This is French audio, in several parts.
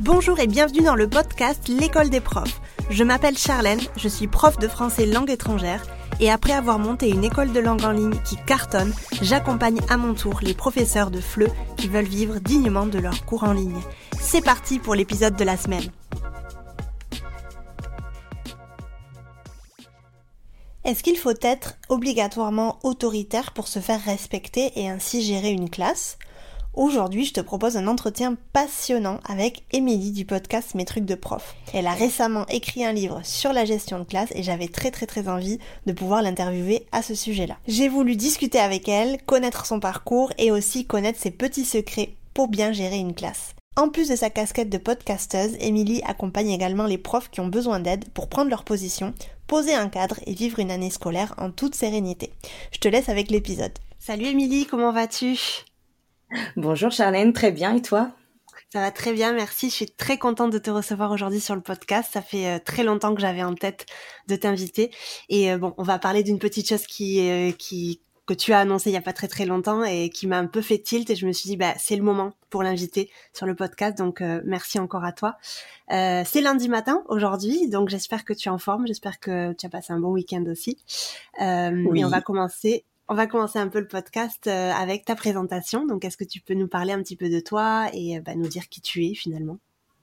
Bonjour et bienvenue dans le podcast L'école des profs. Je m'appelle Charlène, je suis prof de français langue étrangère et après avoir monté une école de langue en ligne qui cartonne, j'accompagne à mon tour les professeurs de FLE qui veulent vivre dignement de leurs cours en ligne. C'est parti pour l'épisode de la semaine. Est-ce qu'il faut être obligatoirement autoritaire pour se faire respecter et ainsi gérer une classe ? Aujourd'hui, je te propose un entretien passionnant avec Émilie du podcast Mes trucs de prof. Elle a récemment écrit un livre sur la gestion de classe et j'avais très envie de pouvoir l'interviewer à ce sujet-là. J'ai voulu discuter avec elle, connaître son parcours et aussi connaître ses petits secrets pour bien gérer une classe. En plus de sa casquette de podcasteuse, Émilie accompagne également les profs qui ont besoin d'aide pour prendre leur position, poser un cadre et vivre une année scolaire en toute sérénité. Je te laisse avec l'épisode. Salut Émilie, comment vas-tu ? Bonjour Charlène, très bien et toi ? Ça va très bien, merci. Je suis très contente de te recevoir aujourd'hui sur le podcast. Ça fait très longtemps que j'avais en tête de t'inviter. Et on va parler d'une petite chose que tu as annoncé il y a pas très longtemps et qui m'a un peu fait tilt. Et je me suis dit, c'est le moment pour l'inviter sur le podcast. Donc, merci encore à toi. C'est lundi matin aujourd'hui, donc j'espère que tu es en forme. J'espère que tu as passé un bon week-end aussi. Oui. Et on va commencer un peu le podcast avec ta présentation. Donc, est-ce que tu peux nous parler un petit peu de toi et nous dire qui tu es finalement ?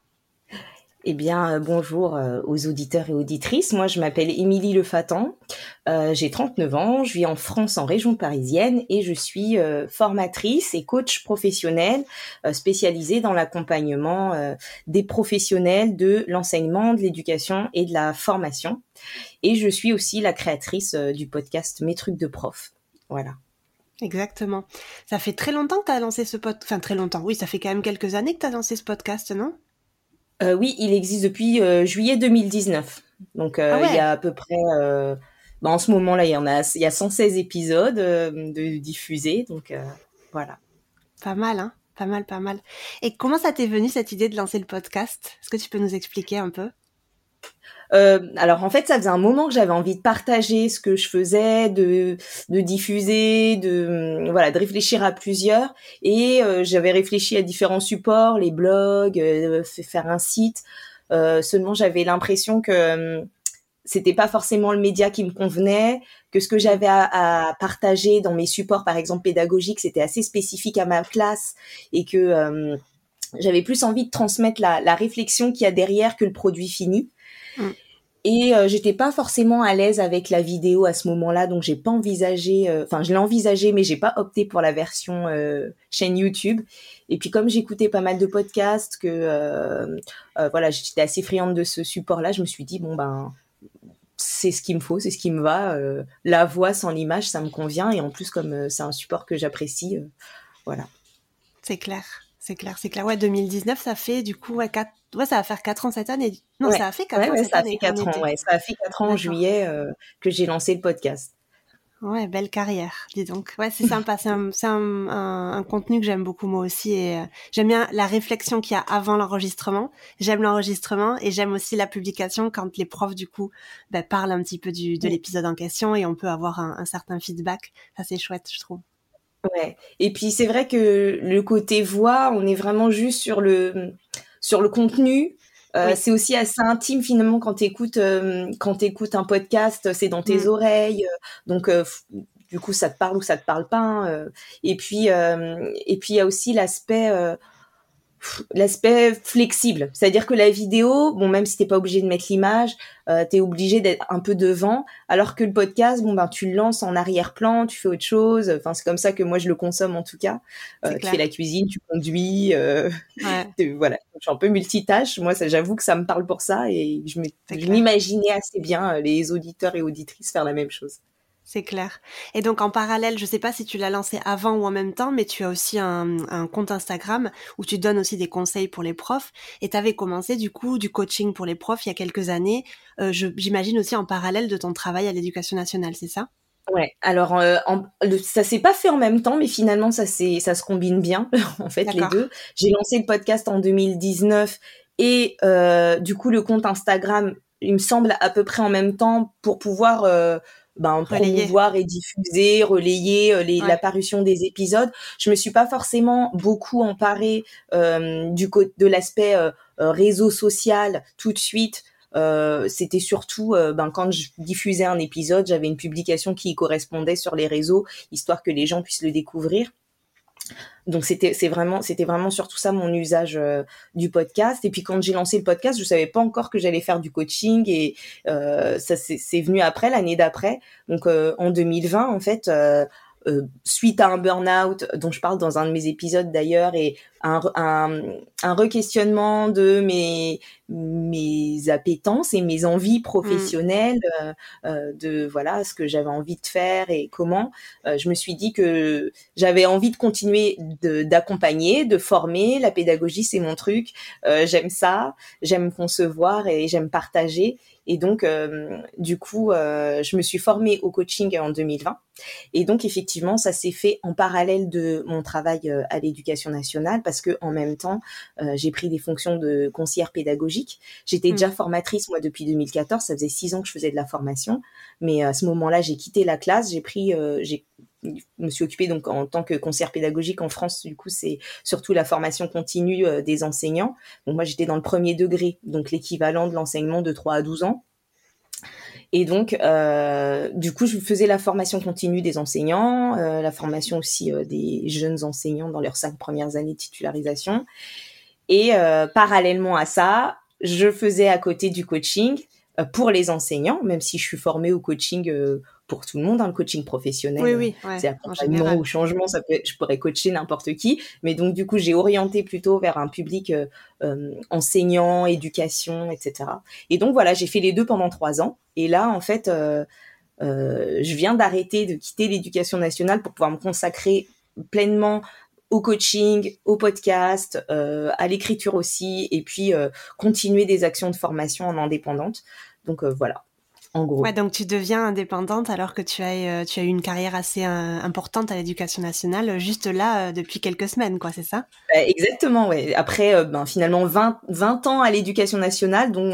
Eh bien, bonjour aux auditeurs et auditrices. Moi, je m'appelle Émilie Lefatan. J'ai 39 ans. Je vis en France, en région parisienne, et je suis formatrice et coach professionnel spécialisée dans l'accompagnement des professionnels de l'enseignement, de l'éducation et de la formation. Et je suis aussi la créatrice du podcast Mes trucs de prof. Voilà. Exactement. Ça fait très longtemps que tu as lancé ce podcast. Enfin, très longtemps. Oui, ça fait quand même quelques années que tu as lancé ce podcast, non ? Oui, il existe depuis juillet 2019. Donc, il y a à peu près... en ce moment-là, il y a 116 épisodes de diffusés. Donc, voilà. Pas mal, hein ? Pas mal. Et comment ça t'est venu cette idée de lancer le podcast ? Est-ce que tu peux nous expliquer un peu ? Alors en fait, ça faisait un moment que j'avais envie de partager ce que je faisais, de diffuser, de réfléchir à plusieurs. Et j'avais réfléchi à différents supports, les blogs, faire un site. Seulement, j'avais l'impression que c'était pas forcément le média qui me convenait, que ce que j'avais à partager dans mes supports, par exemple pédagogiques, c'était assez spécifique à ma classe et que j'avais plus envie de transmettre la réflexion qu'il y a derrière que le produit fini. Et j'étais pas forcément à l'aise avec la vidéo à ce moment-là, donc j'ai pas envisagé. Je l'ai envisagé, mais j'ai pas opté pour la version chaîne YouTube. Et puis comme j'écoutais pas mal de podcasts, que j'étais assez friande de ce support-là, je me suis dit c'est ce qu'il me faut, c'est ce qui me va. La voix sans l'image, ça me convient. Et en plus, comme c'est un support que j'apprécie, voilà. C'est clair. Ouais, 2019, ça fait du coup, ça va faire 4 ans cette année. Non, Ouais. ça a fait 4 ans cette ça a année. fait 4 ans. Ouais, ça a fait 4 ans en juillet que j'ai lancé le podcast. Ouais, belle carrière, dis donc. Ouais, c'est sympa. C'est un contenu que j'aime beaucoup moi aussi. Et j'aime bien la réflexion qu'il y a avant l'enregistrement. J'aime l'enregistrement et j'aime aussi la publication quand les profs, du coup, parlent un petit peu de l'épisode en question et on peut avoir un certain feedback. Ça, c'est chouette, je trouve. Ouais. Et puis c'est vrai que le côté voix, on est vraiment juste sur le contenu. Oui. C'est aussi assez intime finalement quand t'écoutes un podcast, c'est dans tes oreilles, donc du coup ça te parle ou ça te parle pas. Hein. Et puis il y a aussi l'aspect flexible, c'est-à-dire que la vidéo, même si t'es pas obligé de mettre l'image, t'es obligé d'être un peu devant, alors que le podcast, tu le lances en arrière-plan, tu fais autre chose. Enfin, c'est comme ça que moi je le consomme en tout cas. Tu fais la cuisine, tu conduis, voilà. Je suis un peu multitâche. Moi, j'avoue que ça me parle pour ça et je m'imaginais assez bien les auditeurs et auditrices faire la même chose. C'est clair. Et donc, en parallèle, je sais pas si tu l'as lancé avant ou en même temps, mais tu as aussi un compte Instagram où tu donnes aussi des conseils pour les profs. Et tu avais commencé, du coup, du coaching pour les profs il y a quelques années. J'imagine aussi en parallèle de ton travail à l'Éducation nationale, c'est ça ? Ouais. Alors, ça s'est pas fait en même temps, mais finalement, ça se combine bien, en fait, les deux. J'ai lancé le podcast en 2019 et du coup, le compte Instagram, il me semble à peu près en même temps pour pouvoir promouvoir et diffuser, relayer l'apparition des épisodes. Je me suis pas forcément beaucoup emparée de l'aspect réseau social tout de suite. C'était surtout quand je diffusais un épisode, j'avais une publication qui y correspondait sur les réseaux, histoire que les gens puissent le découvrir. Donc c'était vraiment surtout ça mon usage du podcast. Et puis quand j'ai lancé le podcast, je savais pas encore que j'allais faire du coaching, et ça c'est venu après, l'année d'après. Donc en 2020 en fait, suite à un burn-out dont je parle dans un de mes épisodes d'ailleurs, et un re-questionnement de mes appétences et mes envies professionnelles, de voilà ce que j'avais envie de faire et comment, je me suis dit que j'avais envie de continuer d'accompagner, de former. La pédagogie, c'est mon truc, j'aime ça, j'aime concevoir et j'aime partager. Et donc, du coup, je me suis formée au coaching en 2020. Et donc, effectivement, ça s'est fait en parallèle de mon travail à l'Éducation nationale, parce que en même temps, j'ai pris des fonctions de conseillère pédagogique. J'étais déjà formatrice, moi, depuis 2014. Ça faisait 6 ans que je faisais de la formation. Mais à ce moment-là, j'ai quitté la classe. Je me suis occupée donc en tant que conseillère pédagogique en France. Du coup, c'est surtout la formation continue des enseignants. Donc moi, j'étais dans le premier degré, donc l'équivalent de l'enseignement de 3 à 12 ans. Et donc, du coup, je faisais la formation continue des enseignants, la formation aussi des jeunes enseignants dans leurs 5 premières années de titularisation. Et parallèlement à ça, je faisais à côté du coaching pour les enseignants, même si je suis formée au coaching pour tout le monde, le coaching professionnel. Oui, c'est accompagnement au changement, je pourrais coacher n'importe qui. Mais donc, du coup, j'ai orienté plutôt vers un public enseignant, éducation, etc. Et donc, voilà, j'ai fait les deux pendant 3 ans. Et là, en fait, je viens de quitter l'Éducation nationale pour pouvoir me consacrer pleinement au coaching, au podcast, à l'écriture aussi, et puis continuer des actions de formation en indépendante. Donc voilà, en gros. Ouais, donc tu deviens indépendante alors que tu as eu une carrière assez importante à l'Éducation nationale, juste là, depuis quelques semaines, quoi, c'est ça ? Exactement, ouais. Après, finalement, 20 ans à l'Éducation nationale, dont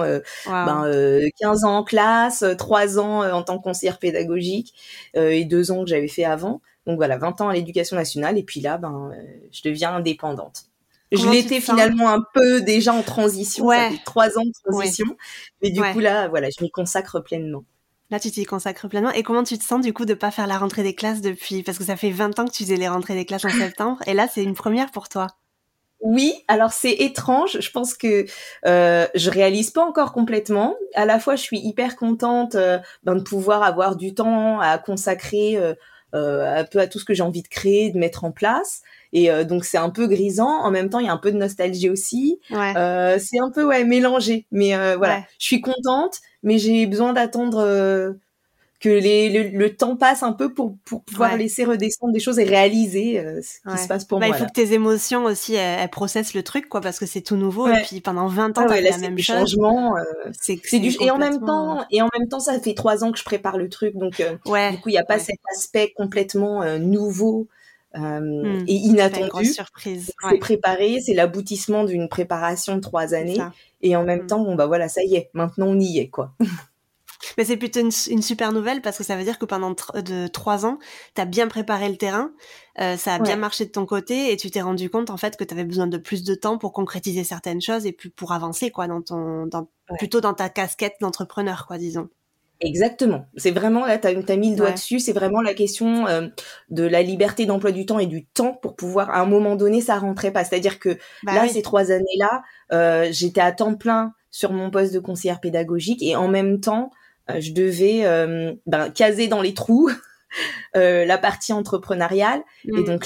15 ans en classe, 3 ans en tant que conseillère pédagogique, et 2 ans que j'avais fait avant. Donc voilà, 20 ans à l'Éducation nationale, et puis là, je deviens indépendante. Je l'étais finalement un peu déjà en transition, ça fait 3 ans de transition, mais du coup là, voilà, je m'y consacre pleinement. Là, tu t'y consacres pleinement. Et comment tu te sens du coup de pas faire la rentrée des classes depuis, parce que ça fait 20 ans que tu faisais les rentrées des classes en septembre, et là, c'est une première pour toi. Oui, alors c'est étrange. Je pense que je réalise pas encore complètement. À la fois, je suis hyper contente de pouvoir avoir du temps à consacrer un peu à tout ce que j'ai envie de créer, de mettre en place. Et donc c'est un peu grisant. En même temps, il y a un peu de nostalgie aussi. C'est un peu mélangé. Mais voilà, je suis contente, mais j'ai besoin d'attendre que le temps passe un peu pour pouvoir laisser redescendre des choses et réaliser ce qui se passe pour moi. Il faut que tes émotions aussi, elles processent le truc, quoi, parce que c'est tout nouveau, et puis pendant 20 ans, t'as fait la même chose. Changement, et en même temps, ça fait 3 ans que je prépare le truc, donc du coup, il n'y a pas cet aspect complètement nouveau et inattendu. Une grosse surprise. C'est préparé, c'est l'aboutissement d'une préparation de 3 années, et en même temps, voilà, ça y est, maintenant on y est, quoi. Mais c'est plutôt une super nouvelle, parce que ça veut dire que pendant 3 ans, t'as bien préparé le terrain, ça a bien marché de ton côté, et tu t'es rendu compte en fait que t'avais besoin de plus de temps pour concrétiser certaines choses et puis pour avancer, quoi, plutôt dans ta casquette d'entrepreneur, quoi, disons. Exactement. C'est vraiment, là, t'as mis le doigt dessus, c'est vraiment la question de la liberté d'emploi du temps et du temps pour pouvoir, à un moment donné, ça rentrait pas. C'est-à-dire que ces 3 années-là, j'étais à temps plein sur mon poste de conseillère pédagogique, et en même temps, je devais caser dans les trous la partie entrepreneuriale. Et donc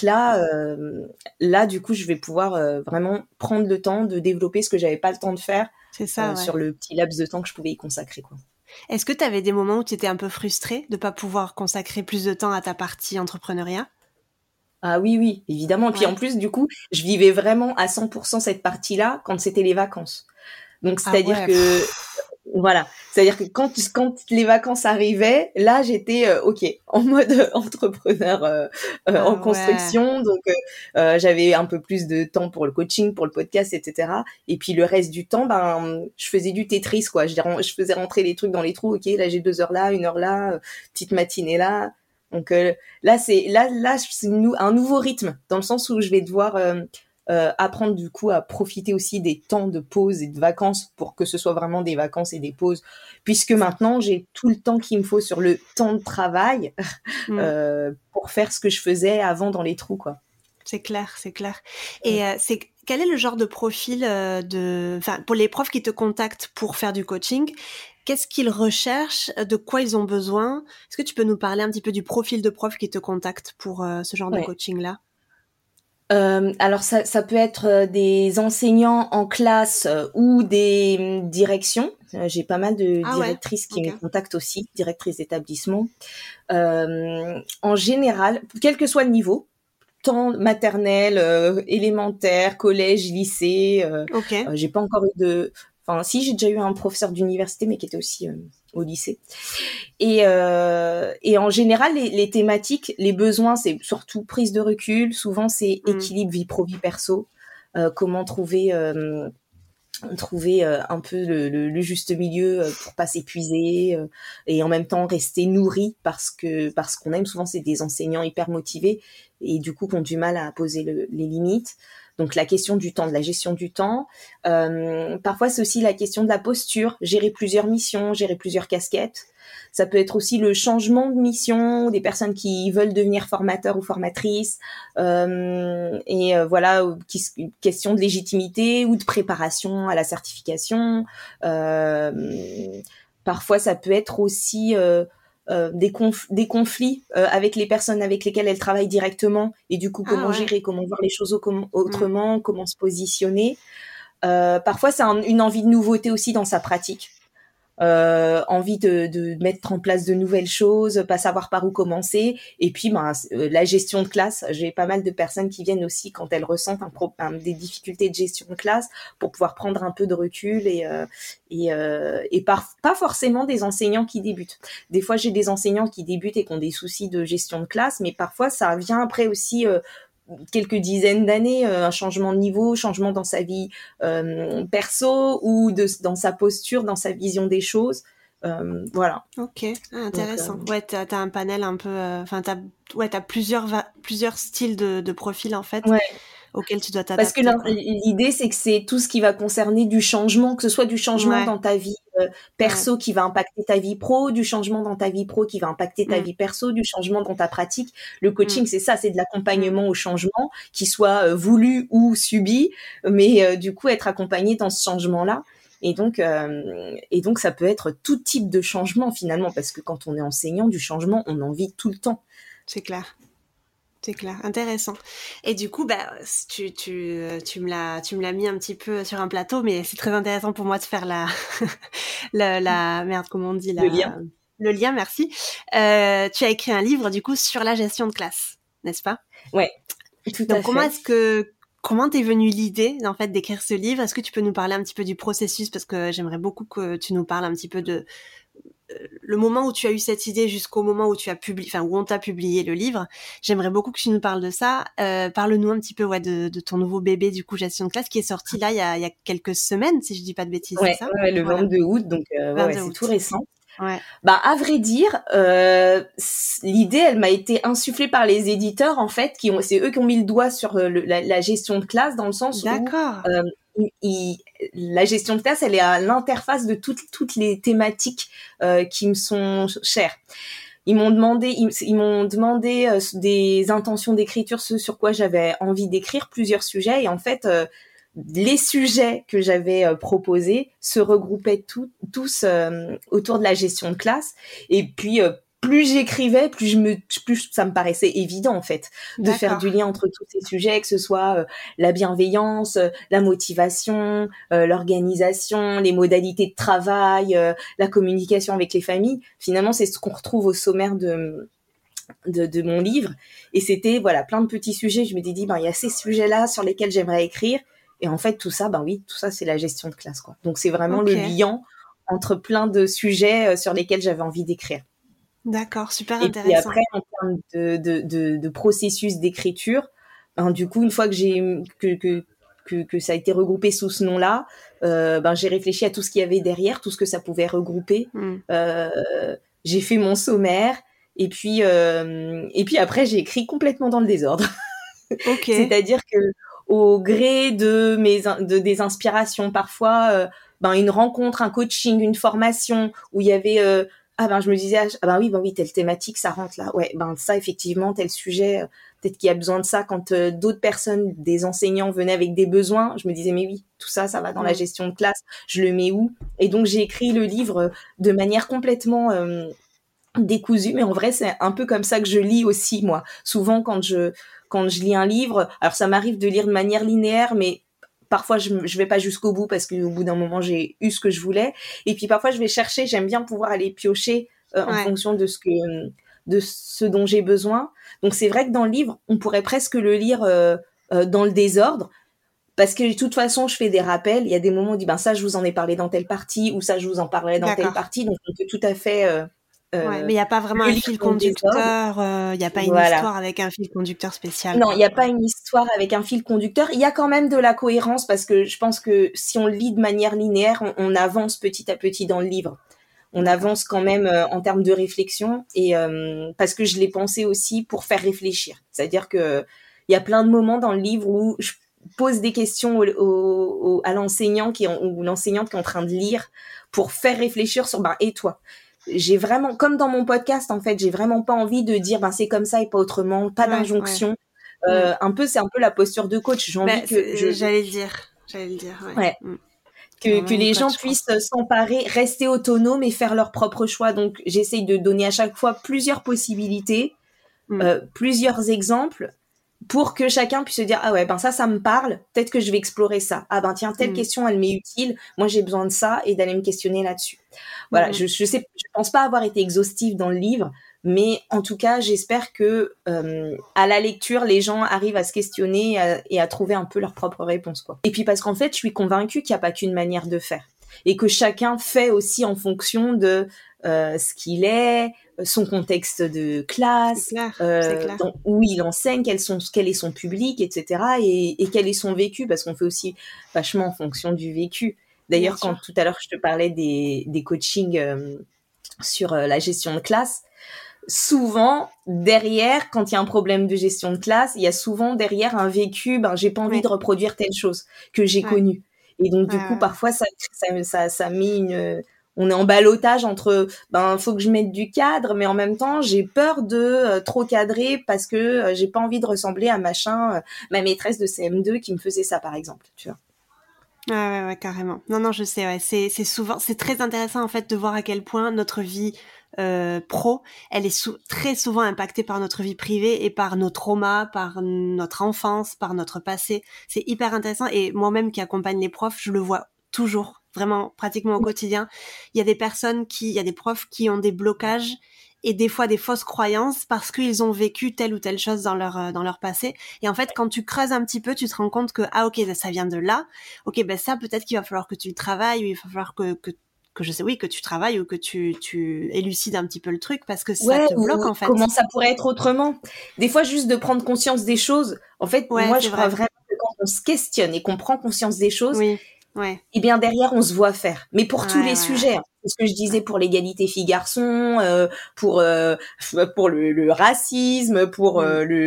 là, du coup, je vais pouvoir vraiment prendre le temps de développer ce que j'avais pas le temps de faire sur le petit laps de temps que je pouvais y consacrer, quoi. Est-ce que tu avais des moments où tu étais un peu frustrée de pas pouvoir consacrer plus de temps à ta partie entrepreneuriat ? Ah oui, évidemment. Et puis en plus, du coup, je vivais vraiment à 100% cette partie-là quand c'était les vacances. Donc, c'est-à-dire que... Voilà, c'est-à-dire que quand les vacances arrivaient, là j'étais en mode entrepreneur en construction, donc j'avais un peu plus de temps pour le coaching, pour le podcast, etc. Et puis le reste du temps, je faisais du Tetris, quoi. Je faisais rentrer les trucs dans les trous. Ok, là j'ai 2 heures là, 1 heure là, petite matinée là. Donc là c'est un nouveau rythme, dans le sens où je vais devoir apprendre du coup à profiter aussi des temps de pause et de vacances pour que ce soit vraiment des vacances et des pauses, puisque maintenant j'ai tout le temps qu'il me faut sur le temps de travail pour faire ce que je faisais avant dans les trous, quoi. C'est clair, c'est clair. Et quel est le genre de profil pour les profs qui te contactent pour faire du coaching, qu'est-ce qu'ils recherchent, de quoi ils ont besoin? Est-ce que tu peux nous parler un petit peu du profil de prof qui te contacte pour ce genre de coaching-là? Alors ça peut être des enseignants en classe ou des directions. J'ai pas mal de directrices qui me contactent aussi, directrices d'établissement. En général, quel que soit le niveau, tant maternelle, élémentaire, collège, lycée. J'ai pas encore eu de... Enfin, si, j'ai déjà eu un professeur d'université, mais qui était aussi au lycée. Et en général, les thématiques, les besoins, c'est surtout prise de recul. Souvent, c'est équilibre vie pro, vie perso. Comment trouver un peu le juste milieu pour pas s'épuiser et en même temps rester nourri parce qu'on aime. Souvent, c'est des enseignants hyper motivés et du coup qui ont du mal à poser les limites. Donc la question du temps, de la gestion du temps. Parfois, c'est aussi la question de la posture, gérer plusieurs missions, gérer plusieurs casquettes. Ça peut être aussi le changement de mission, des personnes qui veulent devenir formateurs ou formatrices, voilà, question de légitimité ou de préparation à la certification. Parfois, ça peut être aussi des conflits avec les personnes avec lesquelles elles travaillent directement et du coup comment gérer, comment voir les choses autrement, comment se positionner. Parfois, c'est une envie de nouveauté aussi dans sa pratique. Envie de mettre en place de nouvelles choses, pas savoir par où commencer. Et puis, la gestion de classe. J'ai pas mal de personnes qui viennent aussi quand elles ressentent des difficultés de gestion de classe pour pouvoir prendre un peu de recul et pas forcément des enseignants qui débutent. Des fois, j'ai des enseignants qui débutent et qui ont des soucis de gestion de classe, mais parfois, ça vient après aussi quelques dizaines d'années, un changement de niveau, changement dans sa vie perso ou dans sa posture, dans sa vision des choses. Voilà. Ok, intéressant. Donc, t'as un panel un peu... t'as plusieurs styles de profil, en fait, auxquels tu dois t'adapter. Parce que l'idée, c'est que c'est tout ce qui va concerner du changement, que ce soit du changement dans ta vie perso qui va impacter ta vie pro, du changement dans ta vie pro qui va impacter ta vie perso, du changement dans ta pratique. Le coaching, c'est ça, c'est de l'accompagnement au changement, qui soit voulu ou subi, mais du coup, être accompagné dans ce changement-là. Et donc, ça peut être tout type de changement finalement, parce que quand on est enseignant, du changement, on en vit tout le temps. C'est clair. C'est clair, intéressant. Et du coup, tu me l'as mis un petit peu sur un plateau, mais c'est très intéressant pour moi de faire merde, comment on dit le lien. Le lien, merci. Tu as écrit un livre du coup sur la gestion de classe, n'est-ce pas? Ouais, tout à fait. Comment t'es venue l'idée en fait d'écrire ce livre? Est-ce que tu peux nous parler un petit peu du processus, parce que j'aimerais beaucoup que tu nous parles un petit peu de le moment où tu as eu cette idée jusqu'au moment où où on t'a publié le livre. J'aimerais beaucoup que tu nous parles de ça. Parle-nous un petit peu de ton nouveau bébé, du coup, gestion de classe, qui est sorti là il y a quelques semaines, si je dis pas de bêtises, c'est ça? Le 22 août, donc c'est tout récent. Ouais. À vrai dire, l'idée, elle m'a été insufflée par les éditeurs, en fait, c'est eux qui ont mis le doigt sur la gestion de classe, dans le sens où la gestion de classe, elle est à l'interface de toutes les thématiques qui me sont chères. Ils m'ont demandé des intentions d'écriture, ce sur quoi j'avais envie d'écrire, plusieurs sujets, et en fait les sujets que j'avais proposés se regroupaient tous autour de la gestion de classe. Et puis plus j'écrivais, plus ça me paraissait évident en fait de faire du lien entre tous ces sujets, que ce soit la bienveillance, la motivation, l'organisation, les modalités de travail, la communication avec les familles. Finalement, c'est ce qu'on retrouve au sommaire de mon livre. Et c'était plein de petits sujets. Je m'étais dit il y a ces sujets-là sur lesquels j'aimerais écrire. Et en fait, tout ça, tout ça, c'est la gestion de classe, quoi. Donc, c'est vraiment le lien entre plein de sujets sur lesquels j'avais envie d'écrire. D'accord, super intéressant. Et puis après, en termes de processus d'écriture, du coup, une fois que ça a été regroupé sous ce nom-là, j'ai réfléchi à tout ce qu'il y avait derrière, tout ce que ça pouvait regrouper. J'ai fait mon sommaire, et puis après, j'ai écrit complètement dans le désordre. C'est-à-dire que au gré des inspirations. Parfois, une rencontre, un coaching, une formation où il y avait je me disais oui, telle thématique ça rentre là. Ouais, ça effectivement tel sujet, peut-être qu'il y a besoin de ça quand d'autres personnes, des enseignants venaient avec des besoins, je me disais mais oui, tout ça va dans la gestion de classe, je le mets où? Et donc j'ai écrit le livre de manière complètement décousue, mais en vrai c'est un peu comme ça que je lis aussi moi. Souvent quand je lis un livre, alors ça m'arrive de lire de manière linéaire, mais parfois je vais pas jusqu'au bout parce qu'au bout d'un moment j'ai eu ce que je voulais, et puis parfois je vais chercher, j'aime bien pouvoir aller piocher en fonction de ce dont j'ai besoin. Donc c'est vrai que dans le livre on pourrait presque le lire dans le désordre, parce que de toute façon je fais des rappels. Il y a des moments où on dit ça je vous en ai parlé dans telle partie, ou ça je vous en parlerai dans telle partie, donc on peut tout à fait mais il n'y a pas vraiment un fil conducteur, il n'y a pas une histoire avec un fil conducteur spécial. Non, il n'y a pas une histoire avec un fil conducteur. Il y a quand même de la cohérence, parce que je pense que si on le lit de manière linéaire, on avance petit à petit dans le livre. On avance quand même en termes de réflexion, et parce que je l'ai pensé aussi pour faire réfléchir. C'est-à-dire que il y a plein de moments dans le livre où je pose des questions à l'enseignant ou l'enseignante qui est en train de lire, pour faire réfléchir sur et toi. J'ai vraiment, comme dans mon podcast en fait, j'ai vraiment pas envie de dire c'est comme ça et pas autrement, pas d'injonction. C'est un peu la posture de coach. J'ai envie que j'allais le dire. Que les gens puissent s'emparer, rester autonomes et faire leurs propres choix. Donc j'essaye de donner à chaque fois plusieurs possibilités, plusieurs exemples, pour que chacun puisse se dire ça me parle, peut-être que je vais explorer ça. Tiens, telle question elle m'est utile, moi j'ai besoin de ça, et d'aller me questionner là-dessus. Voilà, je pense pas avoir été exhaustive dans le livre, mais en tout cas j'espère que à la lecture les gens arrivent à se questionner et à trouver un peu leurs propres réponses, quoi. Et puis parce qu'en fait je suis convaincue qu'il n'y a pas qu'une manière de faire, et que chacun fait aussi en fonction de ce qu'il est, son contexte de classe, c'est clair. Où il enseigne, quel est son public, etc. Et quel est son vécu, parce qu'on fait aussi vachement en fonction du vécu. D'ailleurs, quand tout à l'heure je te parlais des coachings sur la gestion de classe, souvent derrière, quand il y a un problème de gestion de classe, il y a souvent derrière un vécu, j'ai pas envie de reproduire telle chose que j'ai connue. Et donc du coup parfois ça met on est en ballottage entre faut que je mette du cadre, mais en même temps j'ai peur de trop cadrer, parce que j'ai pas envie de ressembler à ma maîtresse de CM2 qui me faisait ça par exemple, tu vois. Ouais, carrément. Non, je sais, c'est très intéressant en fait de voir à quel point notre vie pro, elle est très souvent impactée par notre vie privée et par nos traumas, par notre enfance, par notre passé. C'est hyper intéressant, et moi-même qui accompagne les profs, je le vois toujours, vraiment pratiquement au quotidien. Il y a des profs qui ont des blocages et des fois des fausses croyances parce qu'ils ont vécu telle ou telle chose dans leur passé. Et en fait, quand tu creuses un petit peu, tu te rends compte que ça vient de là. Ça peut-être qu'il va falloir que tu travailles, ou il va falloir que tu travailles, ou que tu élucides un petit peu le truc, parce que ça te bloque en fait. Comment ça pourrait être autrement? Des fois, juste de prendre conscience des choses. En fait, moi, je crois vraiment que quand on se questionne et qu'on prend conscience des choses, et bien derrière, on se voit faire. Mais pour tous les sujets, c'est ce que je disais pour l'égalité filles-garçons, pour le racisme, pour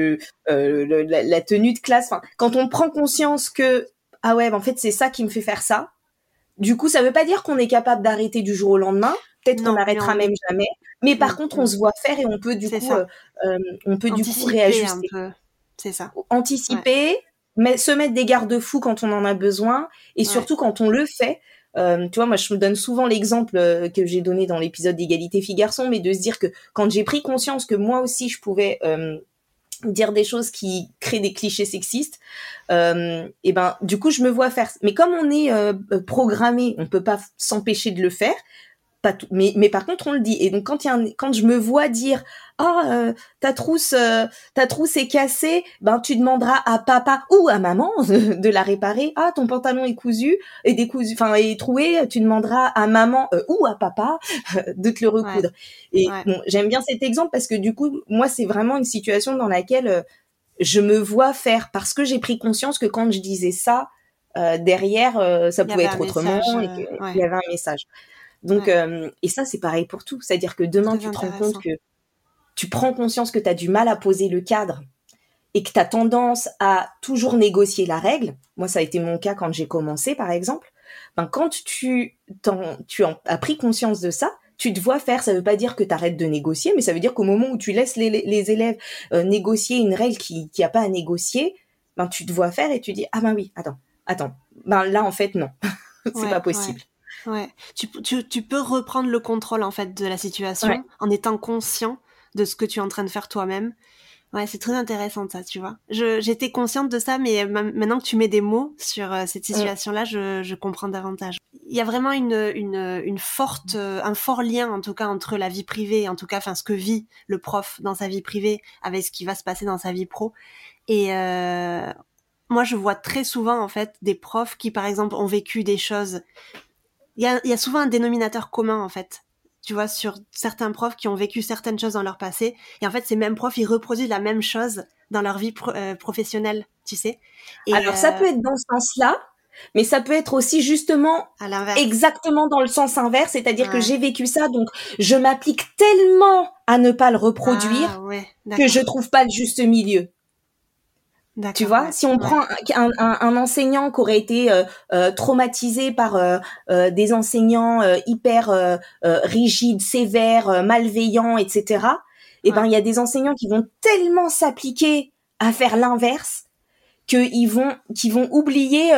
la tenue de classe. Enfin, quand on prend conscience que en fait, c'est ça qui me fait faire ça. Du coup, ça veut pas dire qu'on est capable d'arrêter du jour au lendemain. Peut-être qu'on n'arrêtera même jamais. Mais par contre, on se voit faire, et on peut du coup réajuster. C'est ça. Anticiper, se mettre des garde-fous quand on en a besoin, et surtout quand on le fait. Tu vois, moi, je me donne souvent l'exemple que j'ai donné dans l'épisode d'égalité filles-garçons, mais de se dire que quand j'ai pris conscience que moi aussi je pouvais dire des choses qui créent des clichés sexistes, et du coup je me vois faire. Mais comme on est programmé, on peut pas s'empêcher de le faire. Pas tout, mais par contre on le dit. Et donc quand je me vois dire ta trousse est cassée, tu demanderas à papa ou à maman de la réparer. Ton pantalon est cousu et décousu, est troué, tu demanderas à maman ou à papa de te le recoudre. Et bon, j'aime bien cet exemple parce que du coup moi c'est vraiment une situation dans laquelle je me vois faire, parce que j'ai pris conscience que quand je disais ça, derrière ça pouvait être autrement, et qu'il y avait un message. Donc, et ça, c'est pareil pour tout. C'est-à-dire que demain, tu te rends compte que tu prends conscience que tu as du mal à poser le cadre, et que tu as tendance à toujours négocier la règle, moi ça a été mon cas quand j'ai commencé par exemple, ben quand tu as pris conscience de ça, tu te vois faire, ça veut pas dire que tu arrêtes de négocier, mais ça veut dire qu'au moment où tu laisses les élèves négocier une règle qui a pas à négocier, ben tu te vois faire et tu dis ah ben oui, attends, ben là en fait non, c'est pas possible. Ouais. Tu peux reprendre le contrôle en fait de la situation Ouais. en étant conscient de ce que tu es en train de faire toi-même. Ouais, c'est très intéressant ça, tu vois. J'étais consciente de ça, mais maintenant que tu mets des mots sur cette situation-là, je comprends davantage. Il y a vraiment une forte, un fort lien en tout cas entre la vie privée, en tout cas, enfin ce que vit le prof dans sa vie privée avec ce qui va se passer dans sa vie pro. Et moi, je vois très souvent en fait des profs qui, par exemple, ont vécu des choses. Il y a souvent un dénominateur commun en fait. Tu vois, sur certains profs qui ont vécu certaines choses dans leur passé. Et en fait, ces mêmes profs, ils reproduisent la même chose dans leur vie professionnelle, tu sais. Et Alors ça peut être dans ce sens-là, mais ça peut être aussi justement à l'inverse. exactement dans le sens inverse, c'est-à-dire que Ouais. j'ai vécu ça, donc je m'applique tellement à ne pas le reproduire Ah ouais, que je d'accord. trouve pas le juste milieu. Tu D'accord, vois, ouais. si on Ouais. prend un enseignant qui aurait été traumatisé par des enseignants hyper rigides, sévères, malveillants, etc., eh ben Ouais. il y a des enseignants qui vont tellement s'appliquer à faire l'inverse qu'ils vont oublier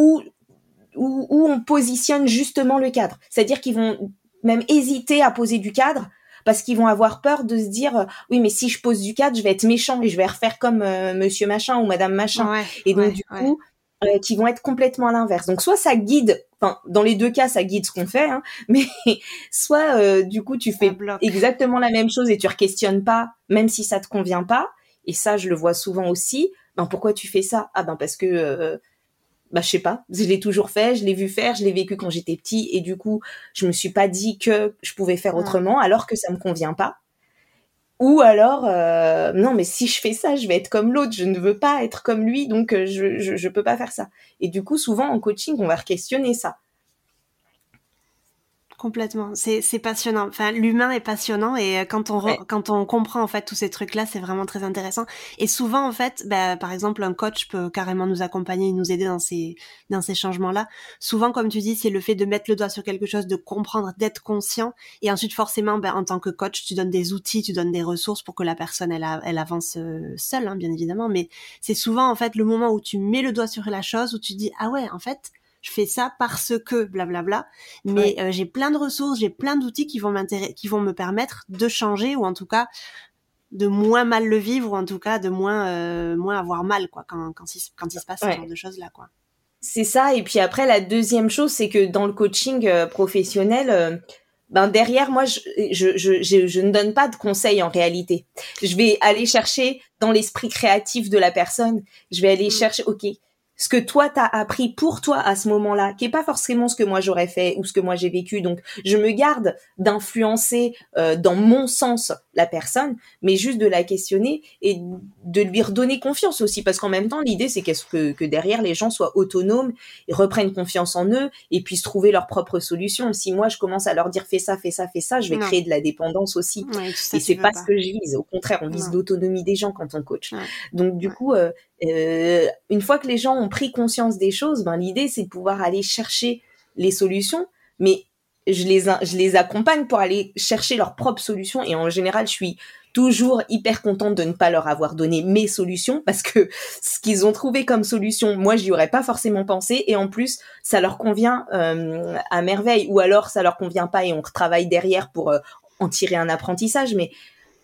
où on positionne justement le cadre. C'est-à-dire qu'ils vont même hésiter à poser du cadre parce qu'ils vont avoir peur de se dire oui mais si je pose du cadre je vais être méchant et je vais refaire comme monsieur machin ou madame machin, Ouais, et donc ouais, du ouais. coup qui vont être complètement à l'inverse. Donc soit ça guide, enfin dans les deux cas ça guide ce qu'on fait, hein, mais soit du coup tu Ça fais bloque. exactement la même chose et tu re-questionnes pas même si ça te convient pas, et ça je le vois souvent aussi. Ben pourquoi tu fais ça? Ah ben parce que bah je sais pas, je l'ai toujours fait, je l'ai vu faire, je l'ai vécu quand j'étais petit, et du coup je me suis pas dit que je pouvais faire Ouais. autrement alors que ça me convient pas. Ou alors non mais si je fais ça je vais être comme l'autre, je ne veux pas être comme lui, donc je peux pas faire ça. Et du coup souvent en coaching on va questionner ça. Complètement, c'est passionnant. Enfin, l'humain est passionnant et Ouais. quand on comprend en fait tous ces trucs-là, c'est vraiment très intéressant. Et souvent en fait, bah, par exemple, un coach peut carrément nous accompagner et nous aider dans ces changements-là. Souvent, comme tu dis, c'est le fait de mettre le doigt sur quelque chose, de comprendre, d'être conscient, et ensuite forcément, ben, en tant que coach, tu donnes des outils, tu donnes des ressources pour que la personne elle avance seule, hein, bien évidemment. Mais c'est souvent en fait le moment où tu mets le doigt sur la chose, où tu dis ah ouais, en fait, je fais ça parce que blablabla. Mais Ouais. j'ai plein de ressources, j'ai plein d'outils qui vont me permettre de changer, ou en tout cas de moins mal le vivre, ou en tout cas de moins avoir mal quoi quand il se passe ce genre Ouais. de choses là quoi. C'est ça. Et puis après la deuxième chose c'est que dans le coaching professionnel ben derrière moi je ne donne pas de conseils en réalité. Je vais aller chercher dans l'esprit créatif de la personne, je vais aller Mm. chercher OK, ce que toi t'as appris pour toi à ce moment-là, qui est pas forcément ce que moi j'aurais fait ou ce que moi j'ai vécu. Donc je me garde d'influencer dans mon sens la personne, mais juste de la questionner et de lui redonner confiance aussi, parce qu'en même temps l'idée c'est que derrière les gens soient autonomes et reprennent confiance en eux et puissent trouver leurs propres solutions. Si moi je commence à leur dire fais ça, fais ça, fais ça, je vais Non, créer de la dépendance aussi. ouais, tout Et ça tu c'est veux pas ce pas. que je vise. Au contraire, on vise Non, l'autonomie des gens quand on coach. ouais, Donc du ouais. coup, une fois que les gens ont pris conscience des choses, ben l'idée c'est de pouvoir aller chercher les solutions, mais je les accompagne pour aller chercher leurs propres solutions. Et en général, je suis toujours hyper contente de ne pas leur avoir donné mes solutions, parce que ce qu'ils ont trouvé comme solution, moi j'y aurais pas forcément pensé, et en plus ça leur convient à merveille, ou alors ça leur convient pas et on retravaille derrière pour en tirer un apprentissage. Mais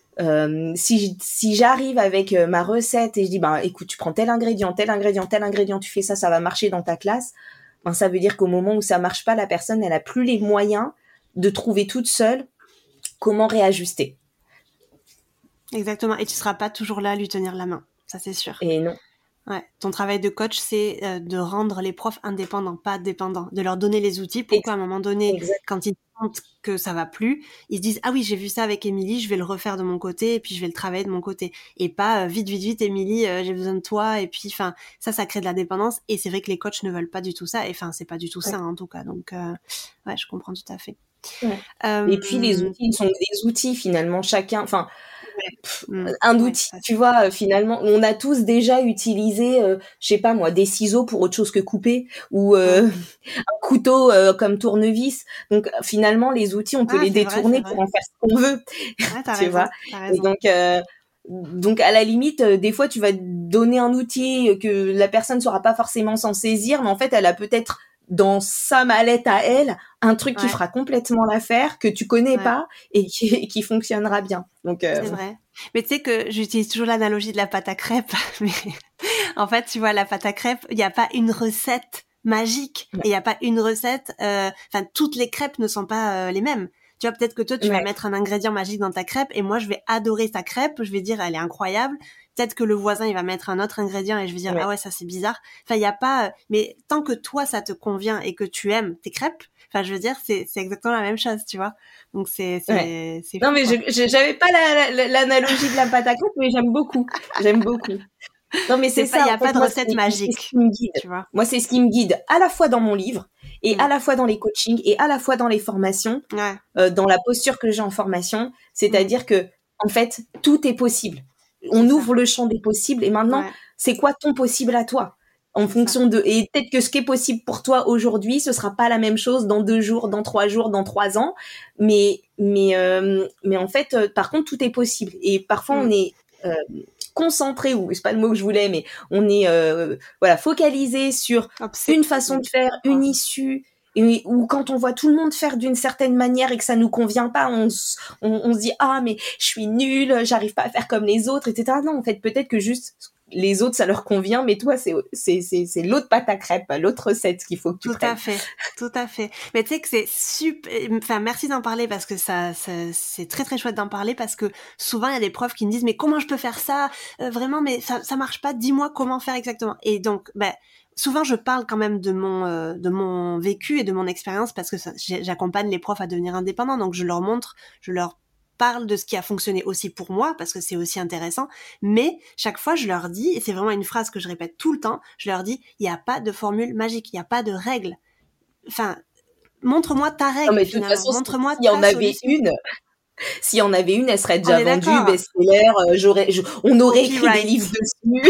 si j'arrive avec ma recette et je dis ben écoute, tu prends tel ingrédient, tel ingrédient, tel ingrédient, tu fais ça, ça va marcher dans ta classe, ben ça veut dire qu'au moment où ça marche pas, la personne elle a plus les moyens de trouver toute seule comment réajuster. Exactement. Et tu seras pas toujours là à lui tenir la main, ça c'est sûr. Et non. Ouais, ton travail de coach, c'est de rendre les profs indépendants, pas dépendants, de leur donner les outils pour qu'à un moment donné, Exact. quand ils sentent que ça va plus, ils se disent ah oui, j'ai vu ça avec Émilie, je vais le refaire de mon côté et puis je vais le travailler de mon côté, et pas vite Émilie, j'ai besoin de toi, et puis enfin ça crée de la dépendance, et c'est vrai que les coachs ne veulent pas du tout ça, et enfin c'est pas du tout ça Ouais. en tout cas, donc ouais, je comprends tout à fait. Ouais. Et puis les Euh, outils, ils sont des outils finalement, chacun. Enfin, un Ouais, outil, tu vois, finalement, on a tous déjà utilisé, je sais pas moi, des ciseaux pour autre chose que couper ou ouais. un couteau comme tournevis. Donc finalement, les outils, on peut Ah, les c'est détourner vrai. pour en faire ce qu'on veut, Ouais, t'as tu vois. raison, t'as Et raison. donc à la limite, des fois, tu vas donner un outil que la personne saura pas forcément s'en saisir, mais en fait, elle a peut-être dans sa mallette à elle un truc qui Ouais, fera complètement l'affaire que tu connais ouais. pas et qui fonctionnera bien. Donc C'est vrai. Mais tu sais que j'utilise toujours l'analogie de la pâte à crêpes. Mais en fait, tu vois, la pâte à crêpes, il n'y a pas une recette magique. Et il n'y a pas une recette... Enfin, toutes les crêpes ne sont pas les mêmes. Tu vois, peut-être que toi, tu vas ouais, mettre un ingrédient magique dans ta crêpe et moi, je vais adorer ta crêpe. Je vais dire, elle est incroyable. Peut-être que le voisin, il va mettre un autre ingrédient et je vais dire, ah ouais, ouais, ça, c'est bizarre. Enfin, il n'y a pas... Mais tant que toi, ça te convient et que tu aimes tes crêpes, enfin, je veux dire, c'est exactement la même chose, tu vois. Donc, ouais. c'est Non fou, mais quoi. j'avais pas l'analogie de la pâte à crêpes, mais j'aime beaucoup. J'aime beaucoup. Non, mais c'est Il ça, y en a pas fait, de moi, recette c'est ce magique, qui me guide. tu vois. Moi, c'est ce qui me guide à la fois dans mon livre et à Mm. la fois dans les coachings et à la fois dans les formations, Ouais. dans la posture que j'ai en formation. Mm. C'est-à-dire que, en fait, tout est possible. C'est On ça. ouvre le champ des possibles et maintenant, Ouais. c'est quoi ton possible à toi? En C'est ça. fonction de, et peut-être que ce qui est possible pour toi aujourd'hui, ce sera pas la même chose dans 2 jours, dans 3 jours, dans 3 ans. Mais en fait, par contre, tout est possible. Et parfois, on Mm. est, concentré, ou c'est pas le mot que je voulais, mais on est voilà, focalisé sur Obsédé une façon même, de faire, quoi. une issue, et ou quand on voit tout le monde faire d'une certaine manière et que ça nous convient pas, on se dit ah mais je suis nulle, j'arrive pas à faire comme les autres, etc. Non, en fait, peut-être que juste les autres ça leur convient, mais toi c'est l'autre pâte à crêpes, l'autre recette qu'il faut que tu Tout à prennes. fait, tout à fait. Mais tu sais que c'est super. Enfin, merci d'en parler parce que c'est très très chouette d'en parler parce que souvent il y a des profs qui me disent mais comment je peux faire ça. Vraiment, mais ça marche pas. Dis-moi comment faire exactement. Et donc, ben souvent je parle quand même de mon vécu et de mon expérience parce que j'accompagne les profs à devenir indépendants. Donc je leur montre, je leur parle de ce qui a fonctionné aussi pour moi parce que c'est aussi intéressant. Mais chaque fois je leur dis, et c'est vraiment une phrase que je répète tout le temps, je leur dis il n'y a pas de formule magique, il n'y a pas de règle. Enfin, montre-moi ta Non règle mais de toute finalement, façon, montre-moi s'il y en ta avait solution. une, s'il y en avait une, elle serait On déjà est vendue, d'accord. best-seller, on aurait écrit des livres Copyright. dessus.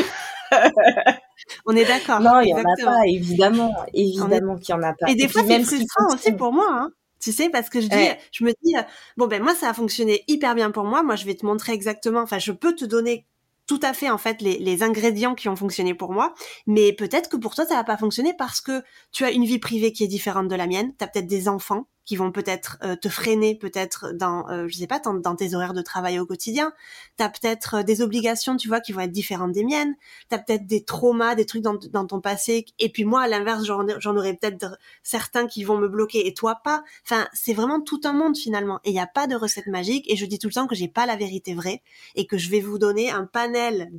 On est d'accord, Non, il y en a exactement. pas, évidemment, On est... évidemment qu'il y en a pas. Et Et des fois, puis c'est même ce qui frustrant aussi fonctionne, pour moi, hein. Tu sais, parce que ouais, je me dis, bon ben moi ça a fonctionné hyper bien pour moi. Moi, je vais te montrer exactement. Enfin, je peux te donner tout à fait en fait les ingrédients qui ont fonctionné pour moi, mais peut-être que pour toi ça va pas fonctionner parce que tu as une vie privée qui est différente de la mienne. T'as peut-être des enfants qui vont peut-être te freiner, peut-être dans, je sais pas, dans tes horaires de travail au quotidien. T'as peut-être des obligations, tu vois, qui vont être différentes des miennes. T'as peut-être des traumas, des trucs dans ton passé. Et puis moi, à l'inverse, j'en aurais peut-être certains qui vont me bloquer et toi pas. Enfin, c'est vraiment tout un monde finalement. Et il n'y a pas de recette magique. Et je dis tout le temps que j'ai pas la vérité vraie et que je vais vous donner un panel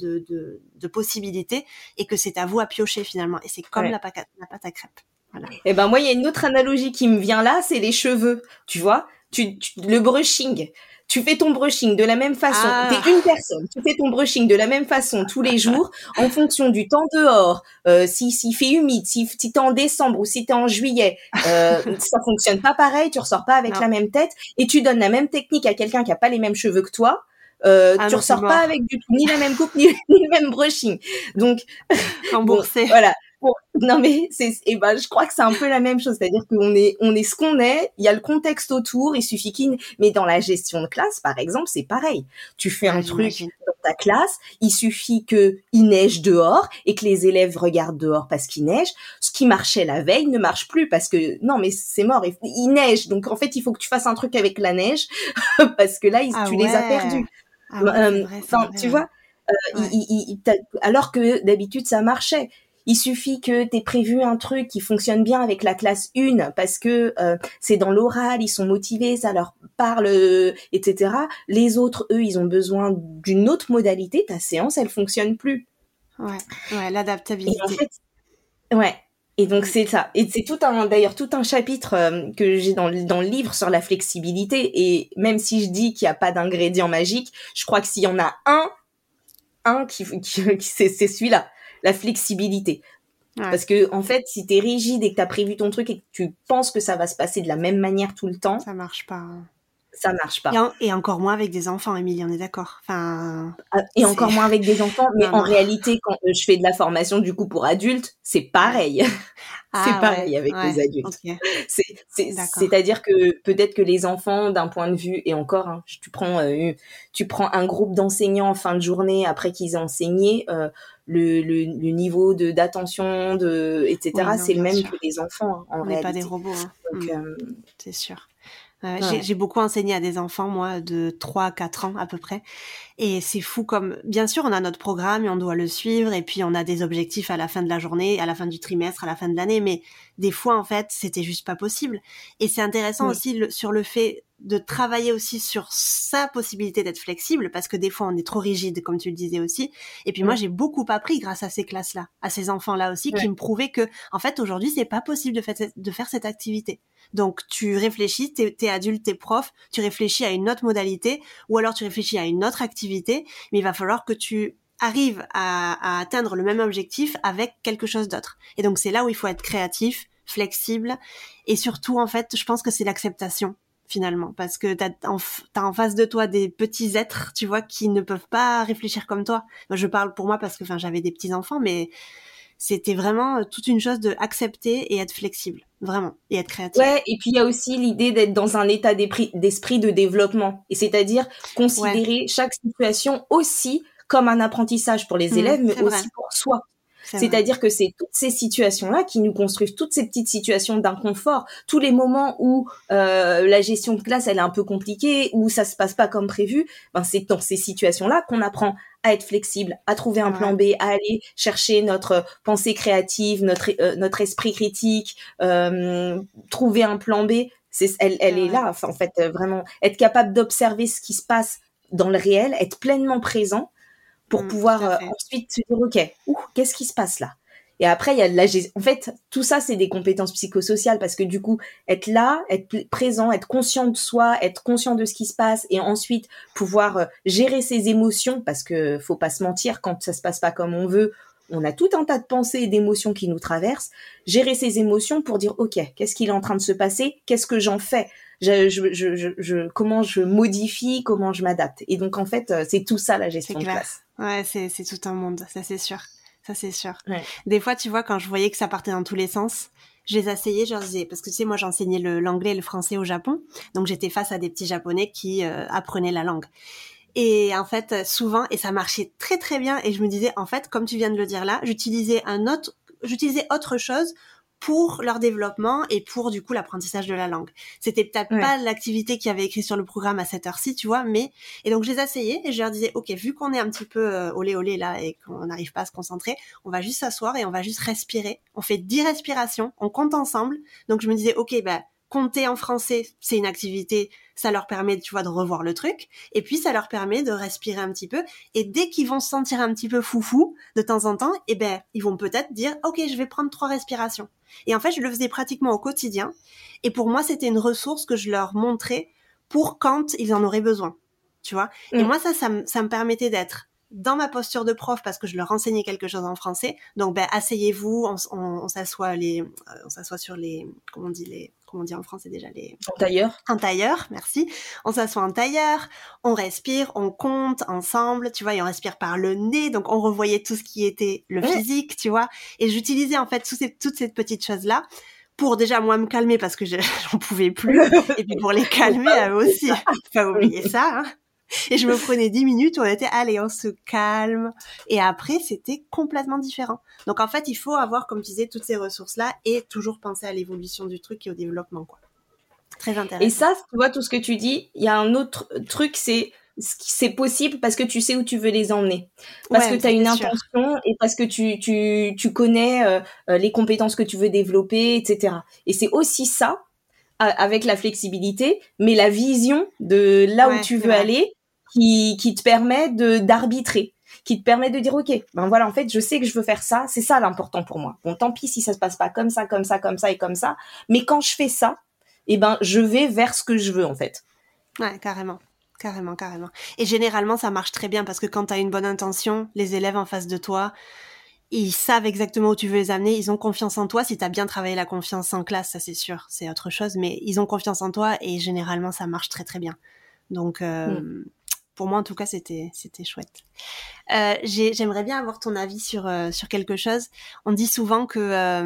de possibilités et que c'est à vous à piocher finalement. Et c'est comme ouais. la pâte à crêpes. Voilà. Et ben moi, il y a une autre analogie qui me vient là, c'est les cheveux. Tu vois, le brushing. Tu fais ton brushing de la même façon. T'es Ah, une personne. Tu fais ton brushing de la même façon tous les jours, en fonction du temps dehors. Si s'il fait humide, si t'es en décembre ou si t'es en juillet, ça fonctionne pas pareil. Tu ressors pas avec non. la même tête et tu donnes la même technique à quelqu'un qui a pas les mêmes cheveux que toi. Ah Tu non, c'est ressors pas mort. avec du tout ni la même coupe ni le même brushing. Donc bon, Remboursé. voilà. Bon, non mais et ben je crois que c'est un peu la même chose, c'est-à-dire on est ce qu'on est, il y a le contexte autour, il suffit mais dans la gestion de classe par exemple, c'est pareil. Tu fais Ah, un truc j'imagine. dans ta classe, il suffit que il neige dehors et que les élèves regardent dehors parce qu'il neige, ce qui marchait la veille ne marche plus parce que non mais c'est mort, il neige. Donc en fait, il faut que tu fasses un truc avec la neige parce que là Ah tu les as ouais. perdus. Ah ouais, c'est Enfin, vrai, tu ouais. vois, Ouais. alors que d'habitude ça marchait. Il suffit que t'aies prévu un truc qui fonctionne bien avec la classe 1 parce que c'est dans l'oral, ils sont motivés, ça leur parle, etc. Les autres, eux, ils ont besoin d'une autre modalité. Ta séance, elle fonctionne plus. Ouais. Ouais, Et en l'adaptabilité. fait, ouais. Et donc Mm. c'est ça. Et c'est d'ailleurs tout un chapitre que j'ai dans le livre sur la flexibilité. Et même si je dis qu'il n'y a pas d'ingrédient magique, je crois que s'il y en a un c'est celui-là, la flexibilité. Ouais. Parce que en fait, si t'es rigide et que t'as prévu ton truc et que tu penses que ça va se passer de la même manière tout le temps, Ça marche pas, hein. ça marche pas. Et encore moins avec des enfants, Émilie, on est d'accord. Enfin, Et encore moins avec des enfants, mais non. réalité, quand je fais de la formation du coup pour adultes, c'est pareil. Ouais. C'est Ah pareil avec les ouais, adultes. ok, d'accord. C'est-à-dire que peut-être que les enfants, d'un point de vue, et encore, hein, tu prends un groupe d'enseignants en fin de journée après qu'ils aient enseigné, le niveau d'attention, Oui, etc., non, c'est le bien même sûr. que les enfants, hein, en On n'est pas des réalité. robots, hein. Donc, C'est sûr. ouais. J'ai beaucoup enseigné à des enfants, moi, de 3 à 4 ans à peu près. Et c'est fou comme, bien sûr, on a notre programme et on doit le suivre, et puis on a des objectifs à la fin de la journée, à la fin du trimestre, à la fin de l'année, mais des fois, en fait, c'était juste pas possible. Et c'est intéressant Oui. aussi sur le fait de travailler aussi sur sa possibilité d'être flexible, parce que des fois, on est trop rigide, comme tu le disais aussi. Et puis moi, j'ai beaucoup appris grâce à ces classes-là, à ces enfants-là aussi, qui me prouvaient que, en fait, aujourd'hui, c'est pas possible de faire cette activité. Donc, tu réfléchis, t'es adulte, t'es prof, tu réfléchis à une autre modalité, ou alors tu réfléchis à une autre activité, mais il va falloir que tu arrives à atteindre le même objectif avec quelque chose d'autre. Et donc, c'est là où il faut être créatif, flexible, et surtout, en fait, je pense que c'est l'acceptation, finalement, parce que t'as en face de toi des petits êtres, tu vois, qui ne peuvent pas réfléchir comme toi. Moi, je parle pour moi parce que, enfin, j'avais des petits-enfants, mais c'était vraiment toute une chose de accepter et être flexible, vraiment, et être créatif. Ouais, et puis il y a aussi l'idée d'être dans un état d'esprit de développement, et c'est-à-dire Ouais, considérer chaque situation aussi comme un apprentissage pour les élèves, mais c'est vrai, aussi pour soi. c'est vrai. C'est-à-dire que c'est toutes ces situations-là qui nous construisent, toutes ces petites situations d'inconfort, tous les moments où la gestion de classe elle est un peu compliquée, où ça se passe pas comme prévu, ben c'est dans ces situations-là qu'on apprend à être flexible, à trouver un plan B, à aller chercher notre pensée créative, notre esprit critique, trouver un plan B. Elle est là, enfin, en fait, vraiment être capable d'observer ce qui se passe dans le réel, être pleinement présent pour pouvoir Tout à fait. ensuite se dire ok, qu'est-ce qui se passe là. Et après il y a en fait tout ça c'est des compétences psychosociales, parce que du coup être là, être présent, être conscient de soi, être conscient de ce qui se passe, et ensuite pouvoir gérer ses émotions, parce que faut pas se mentir, quand ça se passe pas comme on veut, on a tout un tas de pensées et d'émotions qui nous traversent. Gérer ses émotions pour dire ok, qu'est-ce qu'il est en train de se passer, qu'est-ce que j'en fais, comment je modifie, comment je m'adapte. Et donc en fait c'est tout ça la C'est gestion de clair. classe. Ouais, c'est tout un monde, ça c'est sûr. Ça c'est sûr. Ouais. Des fois, tu vois, quand je voyais que ça partait dans tous les sens, je les asseyais, je leur disais, parce que tu sais, moi j'enseignais l'anglais et le français au Japon, donc j'étais face à des petits japonais qui apprenaient la langue. Et en fait, souvent, et ça marchait très très bien, et je me disais, en fait, comme tu viens de le dire là, j'utilisais autre chose pour leur développement et pour du coup l'apprentissage de la langue. C'était peut-être Ouais. pas l'activité qu'il y avait écrit sur le programme à cette heure-ci, tu vois, mais et donc je les asseyais et je leur disais ok, vu qu'on est un petit peu olé olé là et qu'on n'arrive pas à se concentrer, on va juste s'asseoir et on va juste respirer. On fait 10 respirations, on compte ensemble. Donc je me disais ok, bah compter en français, c'est une activité, ça leur permet, tu vois, de revoir le truc, et puis ça leur permet de respirer un petit peu, et dès qu'ils vont se sentir un petit peu foufou, de temps en temps, eh ben, ils vont peut-être dire, ok, je vais prendre 3 respirations. Et en fait, je le faisais pratiquement au quotidien, et pour moi, c'était une ressource que je leur montrais pour quand ils en auraient besoin, tu vois. Et moi, ça me permettait d'être dans ma posture de prof parce que je leur enseignais quelque chose en français. Donc, ben, asseyez-vous, on s'assoit on s'assoit sur comment on dit en français déjà, Tailleur. un tailleur, merci. On s'assoit en tailleur, on respire, on compte ensemble, tu vois, et on respire par le nez, donc on revoyait tout ce qui était le physique, tu vois. Et j'utilisais en fait toutes ces petites choses-là pour déjà moi me calmer parce que j'en pouvais plus, et puis pour les calmer à eux aussi. Faut pas oublier ça, hein. Et je me prenais 10 minutes où on était, allez, on se calme. Et après, c'était complètement différent. Donc, en fait, il faut avoir, comme tu disais, toutes ces ressources-là et toujours penser à l'évolution du truc et au développement, quoi. Très Et intéressant. ça, tu vois, tout ce que tu dis, il y a un autre truc, c'est possible parce que tu sais où tu veux les emmener. Parce que Ouais, tu ça as c'est une sûr. intention, et parce que tu connais les compétences que tu veux développer, etc. Et c'est aussi ça, avec la flexibilité, mais la vision de là où Ouais, tu c'est veux vrai. aller, qui te permet d'arbitrer, qui te permet de dire, OK, ben voilà, en fait, je sais que je veux faire ça, c'est ça l'important pour moi. Bon, tant pis si ça se passe pas comme ça, comme ça, comme ça et comme ça, mais quand je fais ça, eh ben, je vais vers ce que je veux, en fait. Ouais, carrément. Carrément, carrément. Et généralement, ça marche très bien parce que quand tu as une bonne intention, les élèves en face de toi, ils savent exactement où tu veux les amener, ils ont confiance en toi. Si tu as bien travaillé la confiance en classe, ça c'est sûr, c'est autre chose, mais ils ont confiance en toi et généralement ça marche très très bien. Donc pour moi en tout cas c'était chouette. J'aimerais bien avoir ton avis sur quelque chose. On dit souvent que,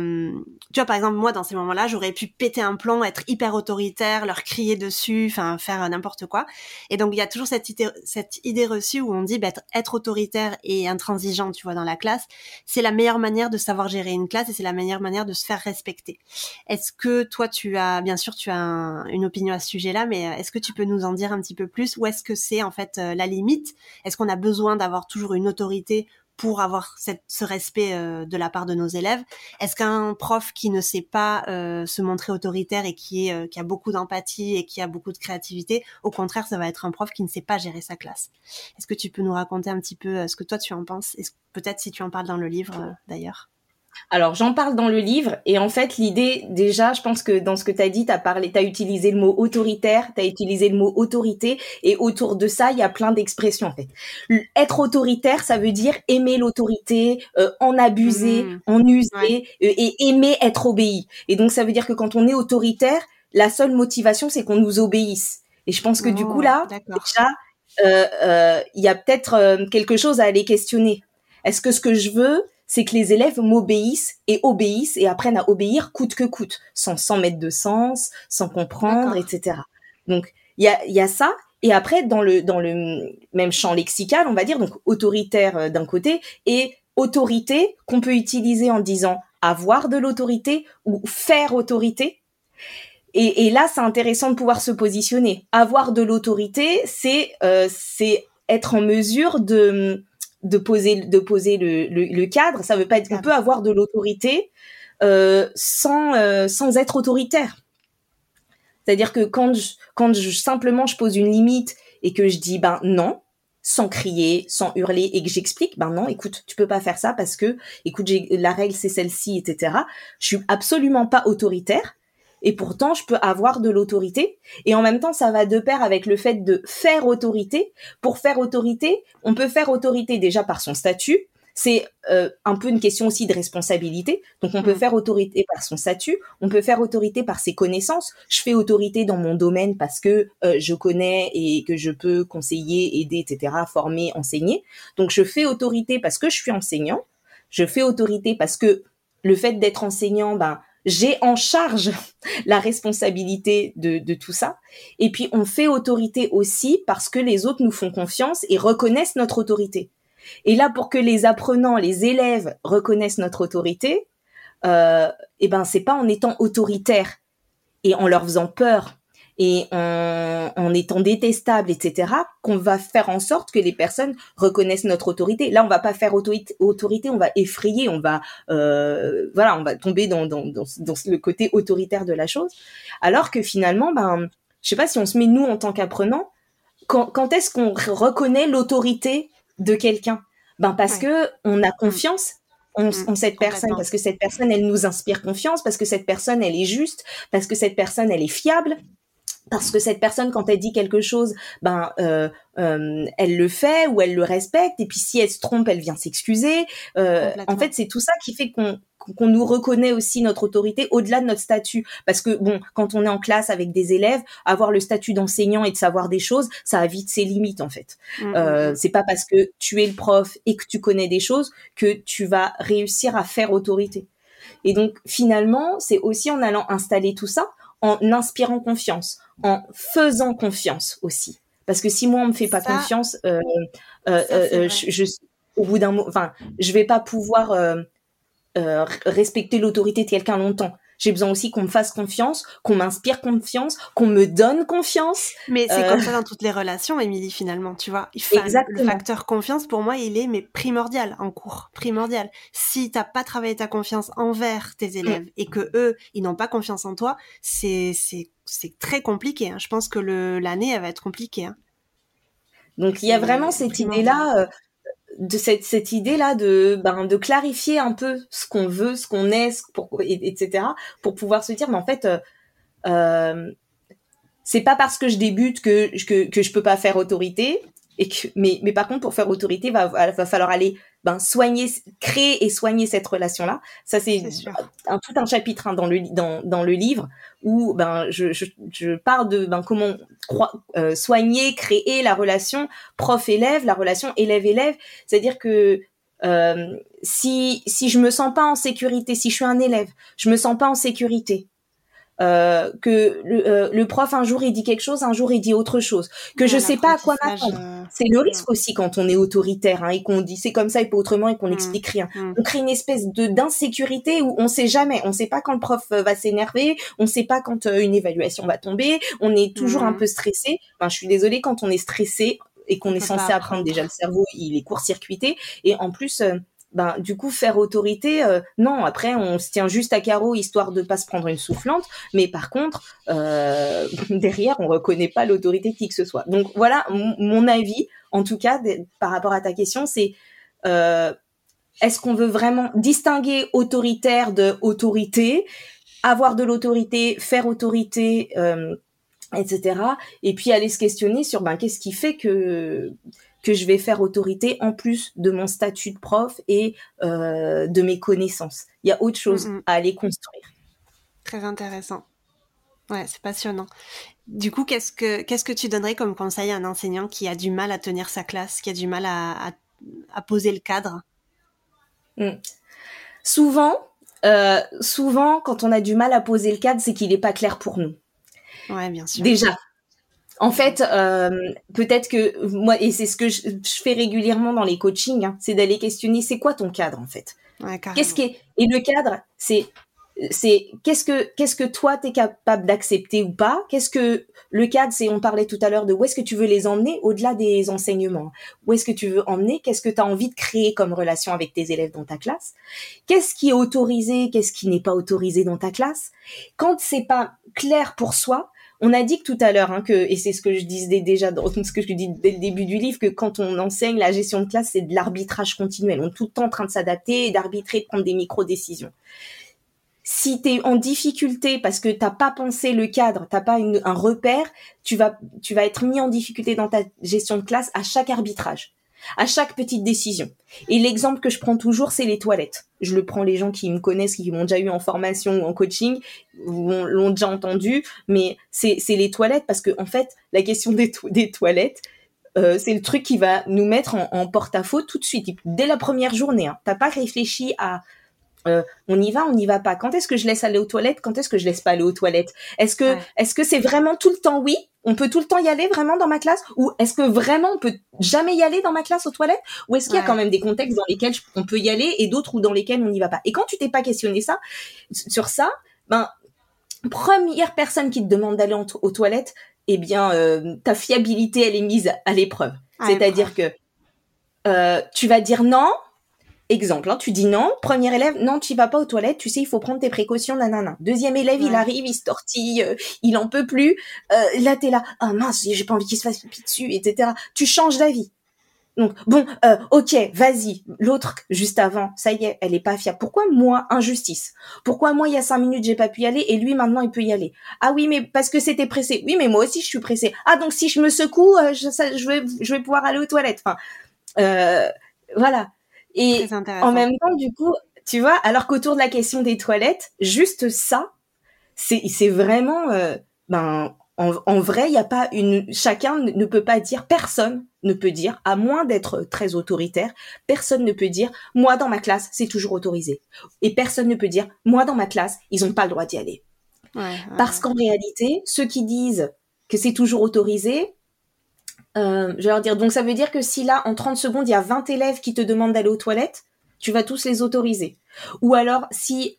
tu vois, par exemple, moi, dans ces moments-là, j'aurais pu péter un plomb, être hyper autoritaire, leur crier dessus, enfin, faire n'importe quoi. Et donc, il y a toujours cette idée reçue où on dit, être autoritaire et intransigeant, tu vois, dans la classe, c'est la meilleure manière de savoir gérer une classe et c'est la meilleure manière de se faire respecter. Est-ce que toi, bien sûr, tu as une opinion à ce sujet-là, mais est-ce que tu peux nous en dire un petit peu plus? Ou est-ce que c'est, en fait, la limite? Est-ce qu'on a besoin d'avoir toujours une autorité pour avoir ce respect de la part de nos élèves? Est-ce qu'un prof qui ne sait pas se montrer autoritaire et qui a beaucoup d'empathie et qui a beaucoup de créativité, au contraire, ça va être un prof qui ne sait pas gérer sa classe? Est-ce que tu peux nous raconter un petit peu ce que toi tu en penses? Peut-être si tu en parles dans le livre d'ailleurs. Alors, j'en parle dans le livre et en fait, l'idée, déjà, je pense que dans ce que tu as dit, tu as utilisé le mot autoritaire, tu as utilisé le mot autorité et autour de ça, il y a plein d'expressions en fait. Être autoritaire, ça veut dire aimer l'autorité, en abuser, en user et aimer être obéi. Et donc, ça veut dire que quand on est autoritaire, la seule motivation, c'est qu'on nous obéisse. Et je pense que du coup, là, déjà, il y a peut-être quelque chose à aller questionner. Est-ce que ce que je veux, c'est que les élèves m'obéissent et apprennent à obéir coûte que coûte, sans mettre de sens, sans comprendre, etc. Donc, il y a ça. Et après, dans le même champ lexical, on va dire, donc autoritaire d'un côté, et autorité qu'on peut utiliser en disant avoir de l'autorité ou faire autorité. Et là, c'est intéressant de pouvoir se positionner. Avoir de l'autorité, c'est être en mesure de poser le cadre. Ça veut pas être qu'on peut avoir de l'autorité sans être autoritaire. C'est-à-dire que quand simplement je pose une limite et que je dis ben non, sans crier, sans hurler et que j'explique ben non, écoute, tu peux pas faire ça parce que écoute, la règle c'est celle-ci, etc. Je suis absolument pas autoritaire. Et pourtant, je peux avoir de l'autorité. Et en même temps, ça va de pair avec le fait de faire autorité. Pour faire autorité, on peut faire autorité déjà par son statut. C'est un peu une question aussi de responsabilité. Donc, on peut faire autorité par son statut. On peut faire autorité par ses connaissances. Je fais autorité dans mon domaine parce que je connais et que je peux conseiller, aider, etc., former, enseigner. Donc, je fais autorité parce que je suis enseignant. Je fais autorité parce que le fait d'être enseignant, j'ai en charge la responsabilité de tout ça. Et puis, on fait autorité aussi parce que les autres nous font confiance et reconnaissent notre autorité. Et là, pour que les apprenants, les élèves reconnaissent notre autorité, c'est pas en étant autoritaire et en leur faisant peur et en étant détestable, etc., qu'on va faire en sorte que les personnes reconnaissent notre autorité. Là, on va pas faire autorité, on va effrayer, on va tomber dans le côté autoritaire de la chose. Alors que finalement, je sais pas si on se met nous en tant qu'apprenants, quand est-ce qu'on reconnaît l'autorité de quelqu'un? Parce que on a confiance en cette personne, parce que cette personne, elle nous inspire confiance, parce que cette personne, elle est juste, parce que cette personne, elle est fiable. Parce que cette personne, quand elle dit quelque chose, elle le fait ou elle le respecte. Et puis si elle se trompe, elle vient s'excuser. En fait, c'est tout ça qui fait qu'on nous reconnaît aussi notre autorité au-delà de notre statut. Parce que bon, quand on est en classe avec des élèves, avoir le statut d'enseignant et de savoir des choses, ça a vite ses limites en fait. C'est pas parce que tu es le prof et que tu connais des choses que tu vas réussir à faire autorité. Et donc finalement, c'est aussi en allant installer tout ça, en inspirant confiance, en faisant confiance aussi. Parce que si moi on me fait pas confiance, au bout d'un moment, je vais pas pouvoir respecter l'autorité de quelqu'un longtemps. J'ai besoin aussi qu'on me fasse confiance, qu'on m'inspire confiance, qu'on me donne confiance. Mais c'est comme ça dans toutes les relations, Émilie, finalement, tu vois. Le facteur confiance, pour moi, il est primordial en cours, primordial. Si t'as pas travaillé ta confiance envers tes élèves et que eux, ils n'ont pas confiance en toi, c'est très compliqué. Hein. Je pense que l'année, elle va être compliquée. Hein. Donc il y a vraiment cette idée-là. De cette idée-là de clarifier un peu ce qu'on veut, ce qu'on est, etc., pour pouvoir se dire, mais en fait, c'est pas parce que je débute que je peux pas faire autorité, mais par contre, pour faire autorité, va falloir aller créer et soigner cette relation-là. Ça, c'est tout un chapitre dans le livre où je parle de comment soigner, créer la relation prof-élève, la relation élève-élève. C'est-à-dire que si je me sens pas en sécurité, si je suis un élève, je me sens pas en sécurité, que le prof un jour il dit quelque chose, un jour il dit autre chose, que je sais pas à quoi m'attendre. C'est le risque aussi quand on est autoritaire et qu'on dit c'est comme ça et pas autrement et qu'on n'explique rien. On crée une espèce d'insécurité où on sait jamais, on sait pas quand le prof va s'énerver, on sait pas quand une évaluation va tomber, on est toujours un peu stressé. Je suis désolée, quand on est stressé et qu'on est censé apprendre, déjà le cerveau il est court-circuité et en plus du coup faire autorité, non, après on se tient juste à carreau histoire de pas se prendre une soufflante, mais par contre derrière on reconnaît pas l'autorité de qui que ce soit. Donc voilà mon avis en tout cas par rapport à ta question, c'est est-ce qu'on veut vraiment distinguer autoritaire de autorité, avoir de l'autorité, faire autorité, etc. Et puis aller se questionner sur qu'est-ce qui fait que je vais faire autorité en plus de mon statut de prof et de mes connaissances. Il y a autre chose à aller construire. Très intéressant. Ouais, c'est passionnant. Du coup, qu'est-ce que tu donnerais comme conseil à un enseignant qui a du mal à tenir sa classe, qui a du mal à poser le cadre ? Souvent, quand on a du mal à poser le cadre, c'est qu'il n'est pas clair pour nous. Ouais, bien sûr. Déjà. En fait, peut-être que moi, et c'est ce que je fais régulièrement dans les coachings, c'est d'aller questionner, c'est quoi ton cadre en fait ? Ouais, et le cadre, c'est qu'est-ce que toi t'es capable d'accepter ou pas ? Qu'est-ce que le cadre, c'est, on parlait tout à l'heure de où est-ce que tu veux les emmener au-delà des enseignements ? Où est-ce que tu veux emmener ? Qu'est-ce que tu as envie de créer comme relation avec tes élèves dans ta classe ? Qu'est-ce qui est autorisé ? Qu'est-ce qui n'est pas autorisé dans ta classe ? Quand c'est pas clair pour soi, on a dit que tout à l'heure, et c'est ce que je disais déjà, ce que je dis dès le début du livre, que quand on enseigne la gestion de classe, c'est de l'arbitrage continuel. On est tout le temps en train de s'adapter et d'arbitrer, de prendre des micro-décisions. Si t'es en difficulté parce que t'as pas pensé le cadre, t'as pas un repère, tu vas être mis en difficulté dans ta gestion de classe à chaque arbitrage, à chaque petite décision. Et l'exemple que je prends toujours, c'est les toilettes. Je le prends, les gens qui me connaissent, qui m'ont déjà eu en formation ou en coaching, l'ont déjà entendu, mais c'est les toilettes parce que en fait, la question des toilettes, c'est le truc qui va nous mettre en porte-à-faux tout de suite, dès la première journée. T'as pas réfléchi à on y va pas. Quand est-ce que je laisse aller aux toilettes ? Quand est-ce que je laisse pas aller aux toilettes ? Est-ce que c'est vraiment tout le temps oui ? On peut tout le temps y aller vraiment dans ma classe ? Ou est-ce que vraiment on peut jamais y aller dans ma classe aux toilettes ? Ou est-ce qu'il y a quand même des contextes dans lesquels on peut y aller et d'autres dans lesquels on n'y va pas ? Et quand tu t'es pas questionné sur ça, première personne qui te demande d'aller aux toilettes, ta fiabilité elle est mise à l'épreuve. C'est-à-dire que tu vas dire non. Exemple, tu dis non, premier élève, non, tu vas pas aux toilettes, tu sais, il faut prendre tes précautions, nanana. Deuxième élève, il arrive, il se tortille, il en peut plus. Là, t'es là, ah mince, j'ai pas envie qu'il se fasse pipi dessus, etc. Tu changes d'avis. Donc, bon, ok, vas-y. L'autre, juste avant, ça y est, elle est pas fiable. Pourquoi moi, injustice ? Pourquoi moi, il y a 5 minutes, j'ai pas pu y aller et lui, maintenant, il peut y aller ? Ah oui, mais parce que c'était pressé. Oui, mais moi aussi, je suis pressée. Ah, donc si je me secoue, je vais pouvoir aller aux toilettes. Enfin, voilà. Et en même temps, du coup, tu vois, alors qu'autour de la question des toilettes, juste ça, c'est vraiment, en vrai, il y a pas chacun ne peut pas dire, personne ne peut dire, à moins d'être très autoritaire, personne ne peut dire, moi dans ma classe, c'est toujours autorisé. Et personne ne peut dire, moi dans ma classe, ils ont pas le droit d'y aller. Parce qu'en réalité, ceux qui disent que c'est toujours autorisé, je vais leur dire, donc ça veut dire que si là, en 30 secondes, il y a 20 élèves qui te demandent d'aller aux toilettes, tu vas tous les autoriser. Ou alors, si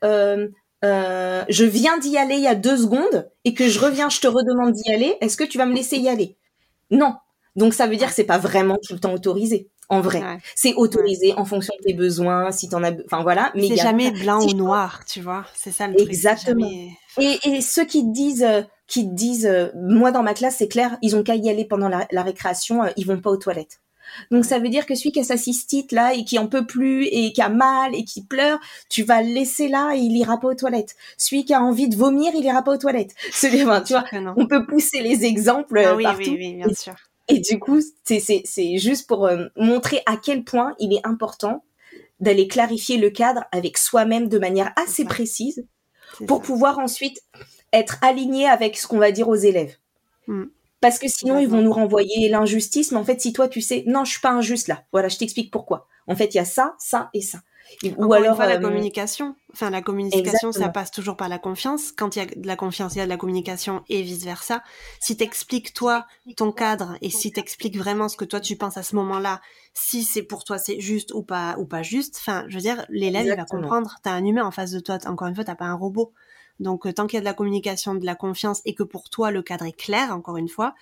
je viens d'y aller il y a 2 secondes et que je reviens, je te redemande d'y aller, est-ce que tu vas me laisser y aller ? Non. Donc ça veut dire que c'est pas vraiment tout le temps autorisé. En vrai, c'est autorisé en fonction de tes besoins, si t'en as, enfin voilà. Mais c'est jamais blanc ou noir, tu vois. C'est ça le truc. Exactement. Et ceux qui te disent, moi dans ma classe c'est clair, ils ont qu'à y aller pendant la récréation, ils vont pas aux toilettes. Donc ça veut dire que celui qui a sa cystite là et qui en peut plus et qui a mal et qui pleure, tu vas le laisser là et il ira pas aux toilettes. Celui qui a envie de vomir, il ira pas aux toilettes. Tu vois, on peut pousser les exemples partout. Oui, bien sûr. Et du coup, c'est juste pour montrer à quel point il est important d'aller clarifier le cadre avec soi-même de manière assez précise pour pouvoir ensuite être aligné avec ce qu'on va dire aux élèves. Parce que sinon, ils vont nous renvoyer l'injustice. Mais en fait, si toi, tu sais, non, je suis pas injuste là. Voilà, je t'explique pourquoi. En fait, il y a ça, ça et ça. Ou alors, une fois, la communication. Enfin, la communication, exactement. Ça passe toujours par la confiance. Quand il y a de la confiance, il y a de la communication et vice-versa. Si t'expliques, toi, ton cadre, et si t'expliques vraiment ce que toi, tu penses à ce moment-là, si c'est pour toi, c'est juste ou pas juste, enfin, je veux dire, l'élève, il va comprendre. T'as un humain en face de toi. Encore une fois, t'as pas un robot. Donc, tant qu'il y a de la communication, de la confiance, et que pour toi, le cadre est clair, encore une fois,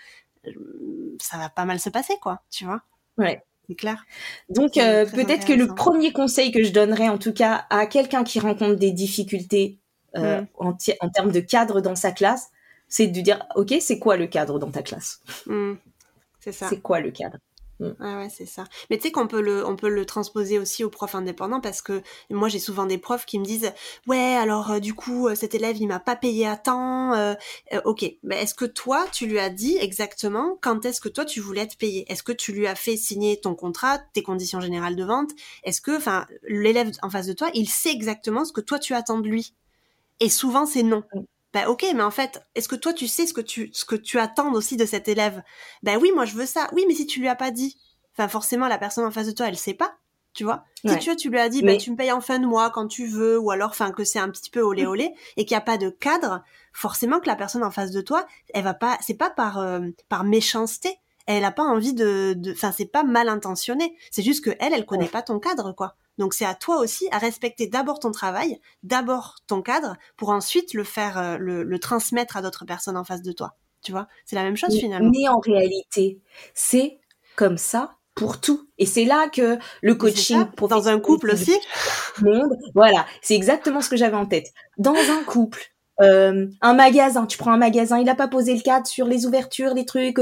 ça va pas mal se passer, quoi, tu vois. Ouais. C'est clair. Donc, peut-être que le premier conseil que je donnerais, en tout cas, à quelqu'un qui rencontre des difficultés en termes de cadre dans sa classe, c'est de dire, OK, c'est quoi le cadre dans ta classe? C'est ça. C'est quoi le cadre? Ah ouais, c'est ça. Mais tu sais qu'on peut le transposer aussi aux profs indépendants, parce que moi j'ai souvent des profs qui me disent ouais, alors du coup cet élève il m'a pas payé à temps. Ok, mais est-ce que toi tu lui as dit exactement quand est-ce que toi tu voulais être payé? Est-ce que tu lui as fait signer ton contrat, tes conditions générales de vente? Est-ce que, enfin, l'élève en face de toi, il sait exactement ce que toi tu attends de lui? Et souvent c'est non. Ben ok, mais en fait, est-ce que toi tu sais ce que tu attends aussi de cet élève? Ben oui, moi je veux ça. Oui, mais si tu lui as pas dit, enfin forcément la personne en face de toi, elle sait pas, tu vois. Si tu lui as dit, ben tu me payes en fin de mois quand tu veux, ou alors enfin que c'est un petit peu olé olé et qu'il y a pas de cadre, forcément que la personne en face de toi, elle va pas, c'est pas par méchanceté, elle a pas envie enfin c'est pas mal intentionné, c'est juste que elle connaît pas ton cadre, quoi. Donc c'est à toi aussi à respecter d'abord ton travail, d'abord ton cadre, pour ensuite le faire, le transmettre à d'autres personnes en face de toi. Tu vois, c'est la même chose finalement. Mais en réalité, c'est comme ça pour tout. Et c'est là que le coaching dans un couple aussi. Monde, voilà, c'est exactement ce que j'avais en tête. Dans un couple, un magasin, tu prends un magasin, il a pas posé le cadre sur les ouvertures, les trucs,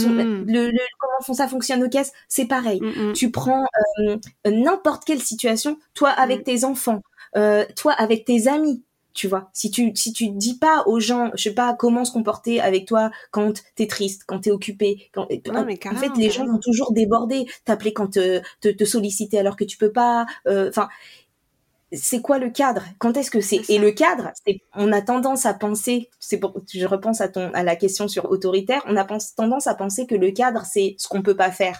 comment ça fonctionne aux caisses, c'est pareil. Tu prends n'importe quelle situation, toi avec tes enfants, toi avec tes amis, tu vois. Si tu dis pas aux gens, je sais pas comment se comporter avec toi quand t'es triste, quand t'es occupé, en fait les gens vont toujours déborder, t'appeler quand te solliciter alors que tu peux pas, enfin. C'est quoi le cadre? Quand est-ce que c'est? Et le cadre, on a tendance à penser, je repense à la question sur autoritaire, on a tendance à penser que le cadre, c'est ce qu'on peut pas faire.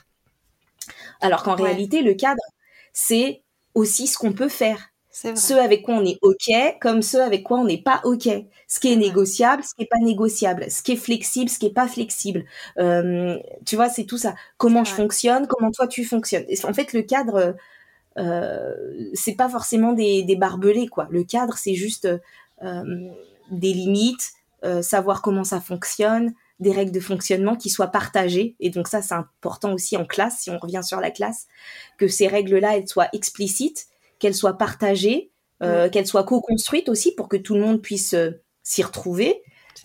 Alors qu'en réalité, le cadre, c'est aussi ce qu'on peut faire. Ce avec quoi on est OK, comme ce avec quoi on n'est pas OK. Ce qui est négociable, ce qui n'est pas négociable. Ce qui est flexible, ce qui n'est pas flexible. Tu vois, c'est tout ça. Comment je fonctionne, comment toi tu fonctionnes. Et en fait, le cadre, c'est pas forcément des barbelés, quoi. Le cadre, c'est juste des limites, savoir comment ça fonctionne, des règles de fonctionnement qui soient partagées. Et donc ça, c'est important aussi en classe, si on revient sur la classe, que ces règles-là, elles soient explicites, qu'elles soient partagées, qu'elles soient co-construites aussi pour que tout le monde puisse s'y retrouver.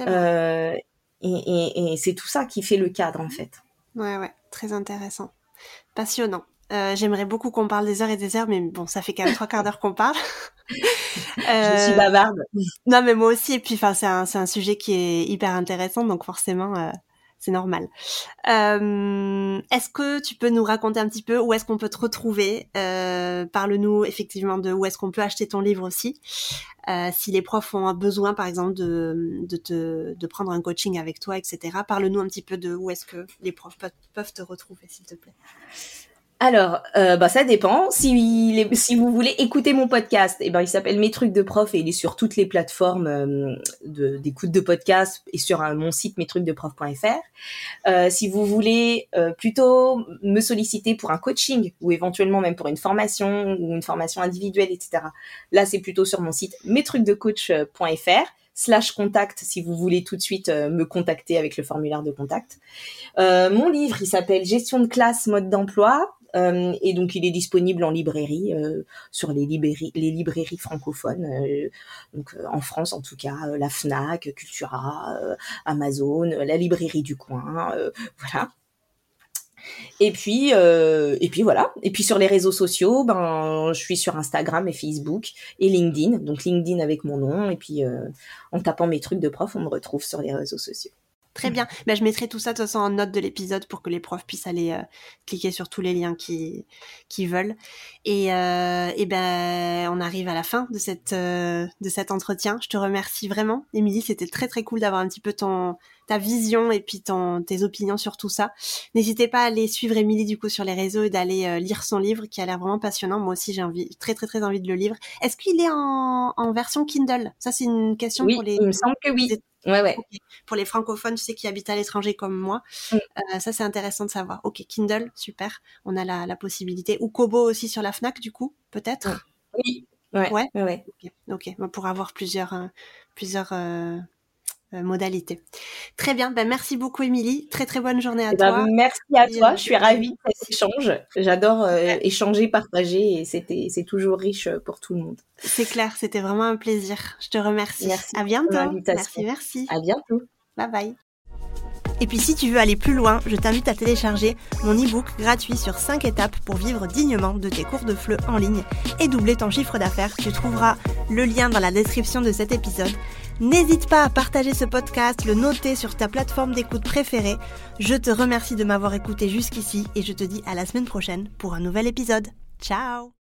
Et c'est tout ça qui fait le cadre, en fait. Ouais, très intéressant. Passionnant. J'aimerais beaucoup qu'on parle des heures et des heures, mais bon, ça fait quand même 3/4 d'heure qu'on parle. Je suis bavarde. Non, mais moi aussi. Et puis, enfin, c'est un sujet qui est hyper intéressant, donc forcément, c'est normal. Est-ce que tu peux nous raconter un petit peu où est-ce qu'on peut te retrouver? Parle-nous effectivement de où est-ce qu'on peut acheter ton livre aussi. Si les profs ont besoin, par exemple, de prendre un coaching avec toi, etc. Parle-nous un petit peu de où est-ce que les profs peuvent te retrouver, s'il te plaît. Alors, ça dépend. Si vous voulez écouter mon podcast, il s'appelle Mes trucs de prof et il est sur toutes les plateformes d'écoute de podcast et sur mon site mestrucsdeprof.fr. Si vous voulez plutôt me solliciter pour un coaching ou éventuellement même pour une formation ou une formation individuelle, etc. Là, c'est plutôt sur mon site mestrucsdecoach.fr/contact si vous voulez tout de suite me contacter avec le formulaire de contact. Mon livre, il s'appelle Gestion de classe, mode d'emploi. Et donc il est disponible en librairie sur les librairies francophones, donc en France en tout cas, la Fnac, Cultura, Amazon, la librairie du coin, voilà. Et puis voilà. Et puis sur les réseaux sociaux, je suis sur Instagram et Facebook et LinkedIn. Donc LinkedIn avec mon nom et puis en tapant mes trucs de prof, on me retrouve sur les réseaux sociaux. Très bien. Ben, je mettrai tout ça de toute façon en note de l'épisode pour que les profs puissent aller cliquer sur tous les liens qui veulent. Et ben on arrive à la fin de cet entretien. Je te remercie vraiment, Émilie. C'était très très cool d'avoir un petit peu ta vision et puis tes opinions sur tout ça. N'hésitez pas à aller suivre Émilie du coup sur les réseaux et d'aller lire son livre qui a l'air vraiment passionnant. Moi aussi j'ai très très très envie de le lire. Est-ce qu'il est en version Kindle? Ça c'est une question Oui, pour les... il me semble que oui. Ouais. Okay. Pour les francophones, tu sais, qui habitent à l'étranger comme moi, ça c'est intéressant de savoir. Ok, Kindle, super, on a la possibilité. Ou Kobo aussi sur la Fnac, du coup, peut-être. Oui, ouais. Ok, pour avoir plusieurs modalités. Très bien, ben merci beaucoup Émilie, très très bonne journée à toi. Merci à toi, je suis ravie de cet échange. J'adore échanger, partager et c'est toujours riche pour tout le monde. C'est clair, c'était vraiment un plaisir. Je te remercie. Merci à bientôt. pour l'invitation. Merci. À bientôt. Bye bye. Et puis si tu veux aller plus loin, je t'invite à télécharger mon e-book gratuit sur 5 étapes pour vivre dignement de tes cours de FLE en ligne et doubler ton chiffre d'affaires. Tu trouveras le lien dans la description de cet épisode. N'hésite pas à partager ce podcast, le noter sur ta plateforme d'écoute préférée. Je te remercie de m'avoir écouté jusqu'ici et je te dis à la semaine prochaine pour un nouvel épisode. Ciao!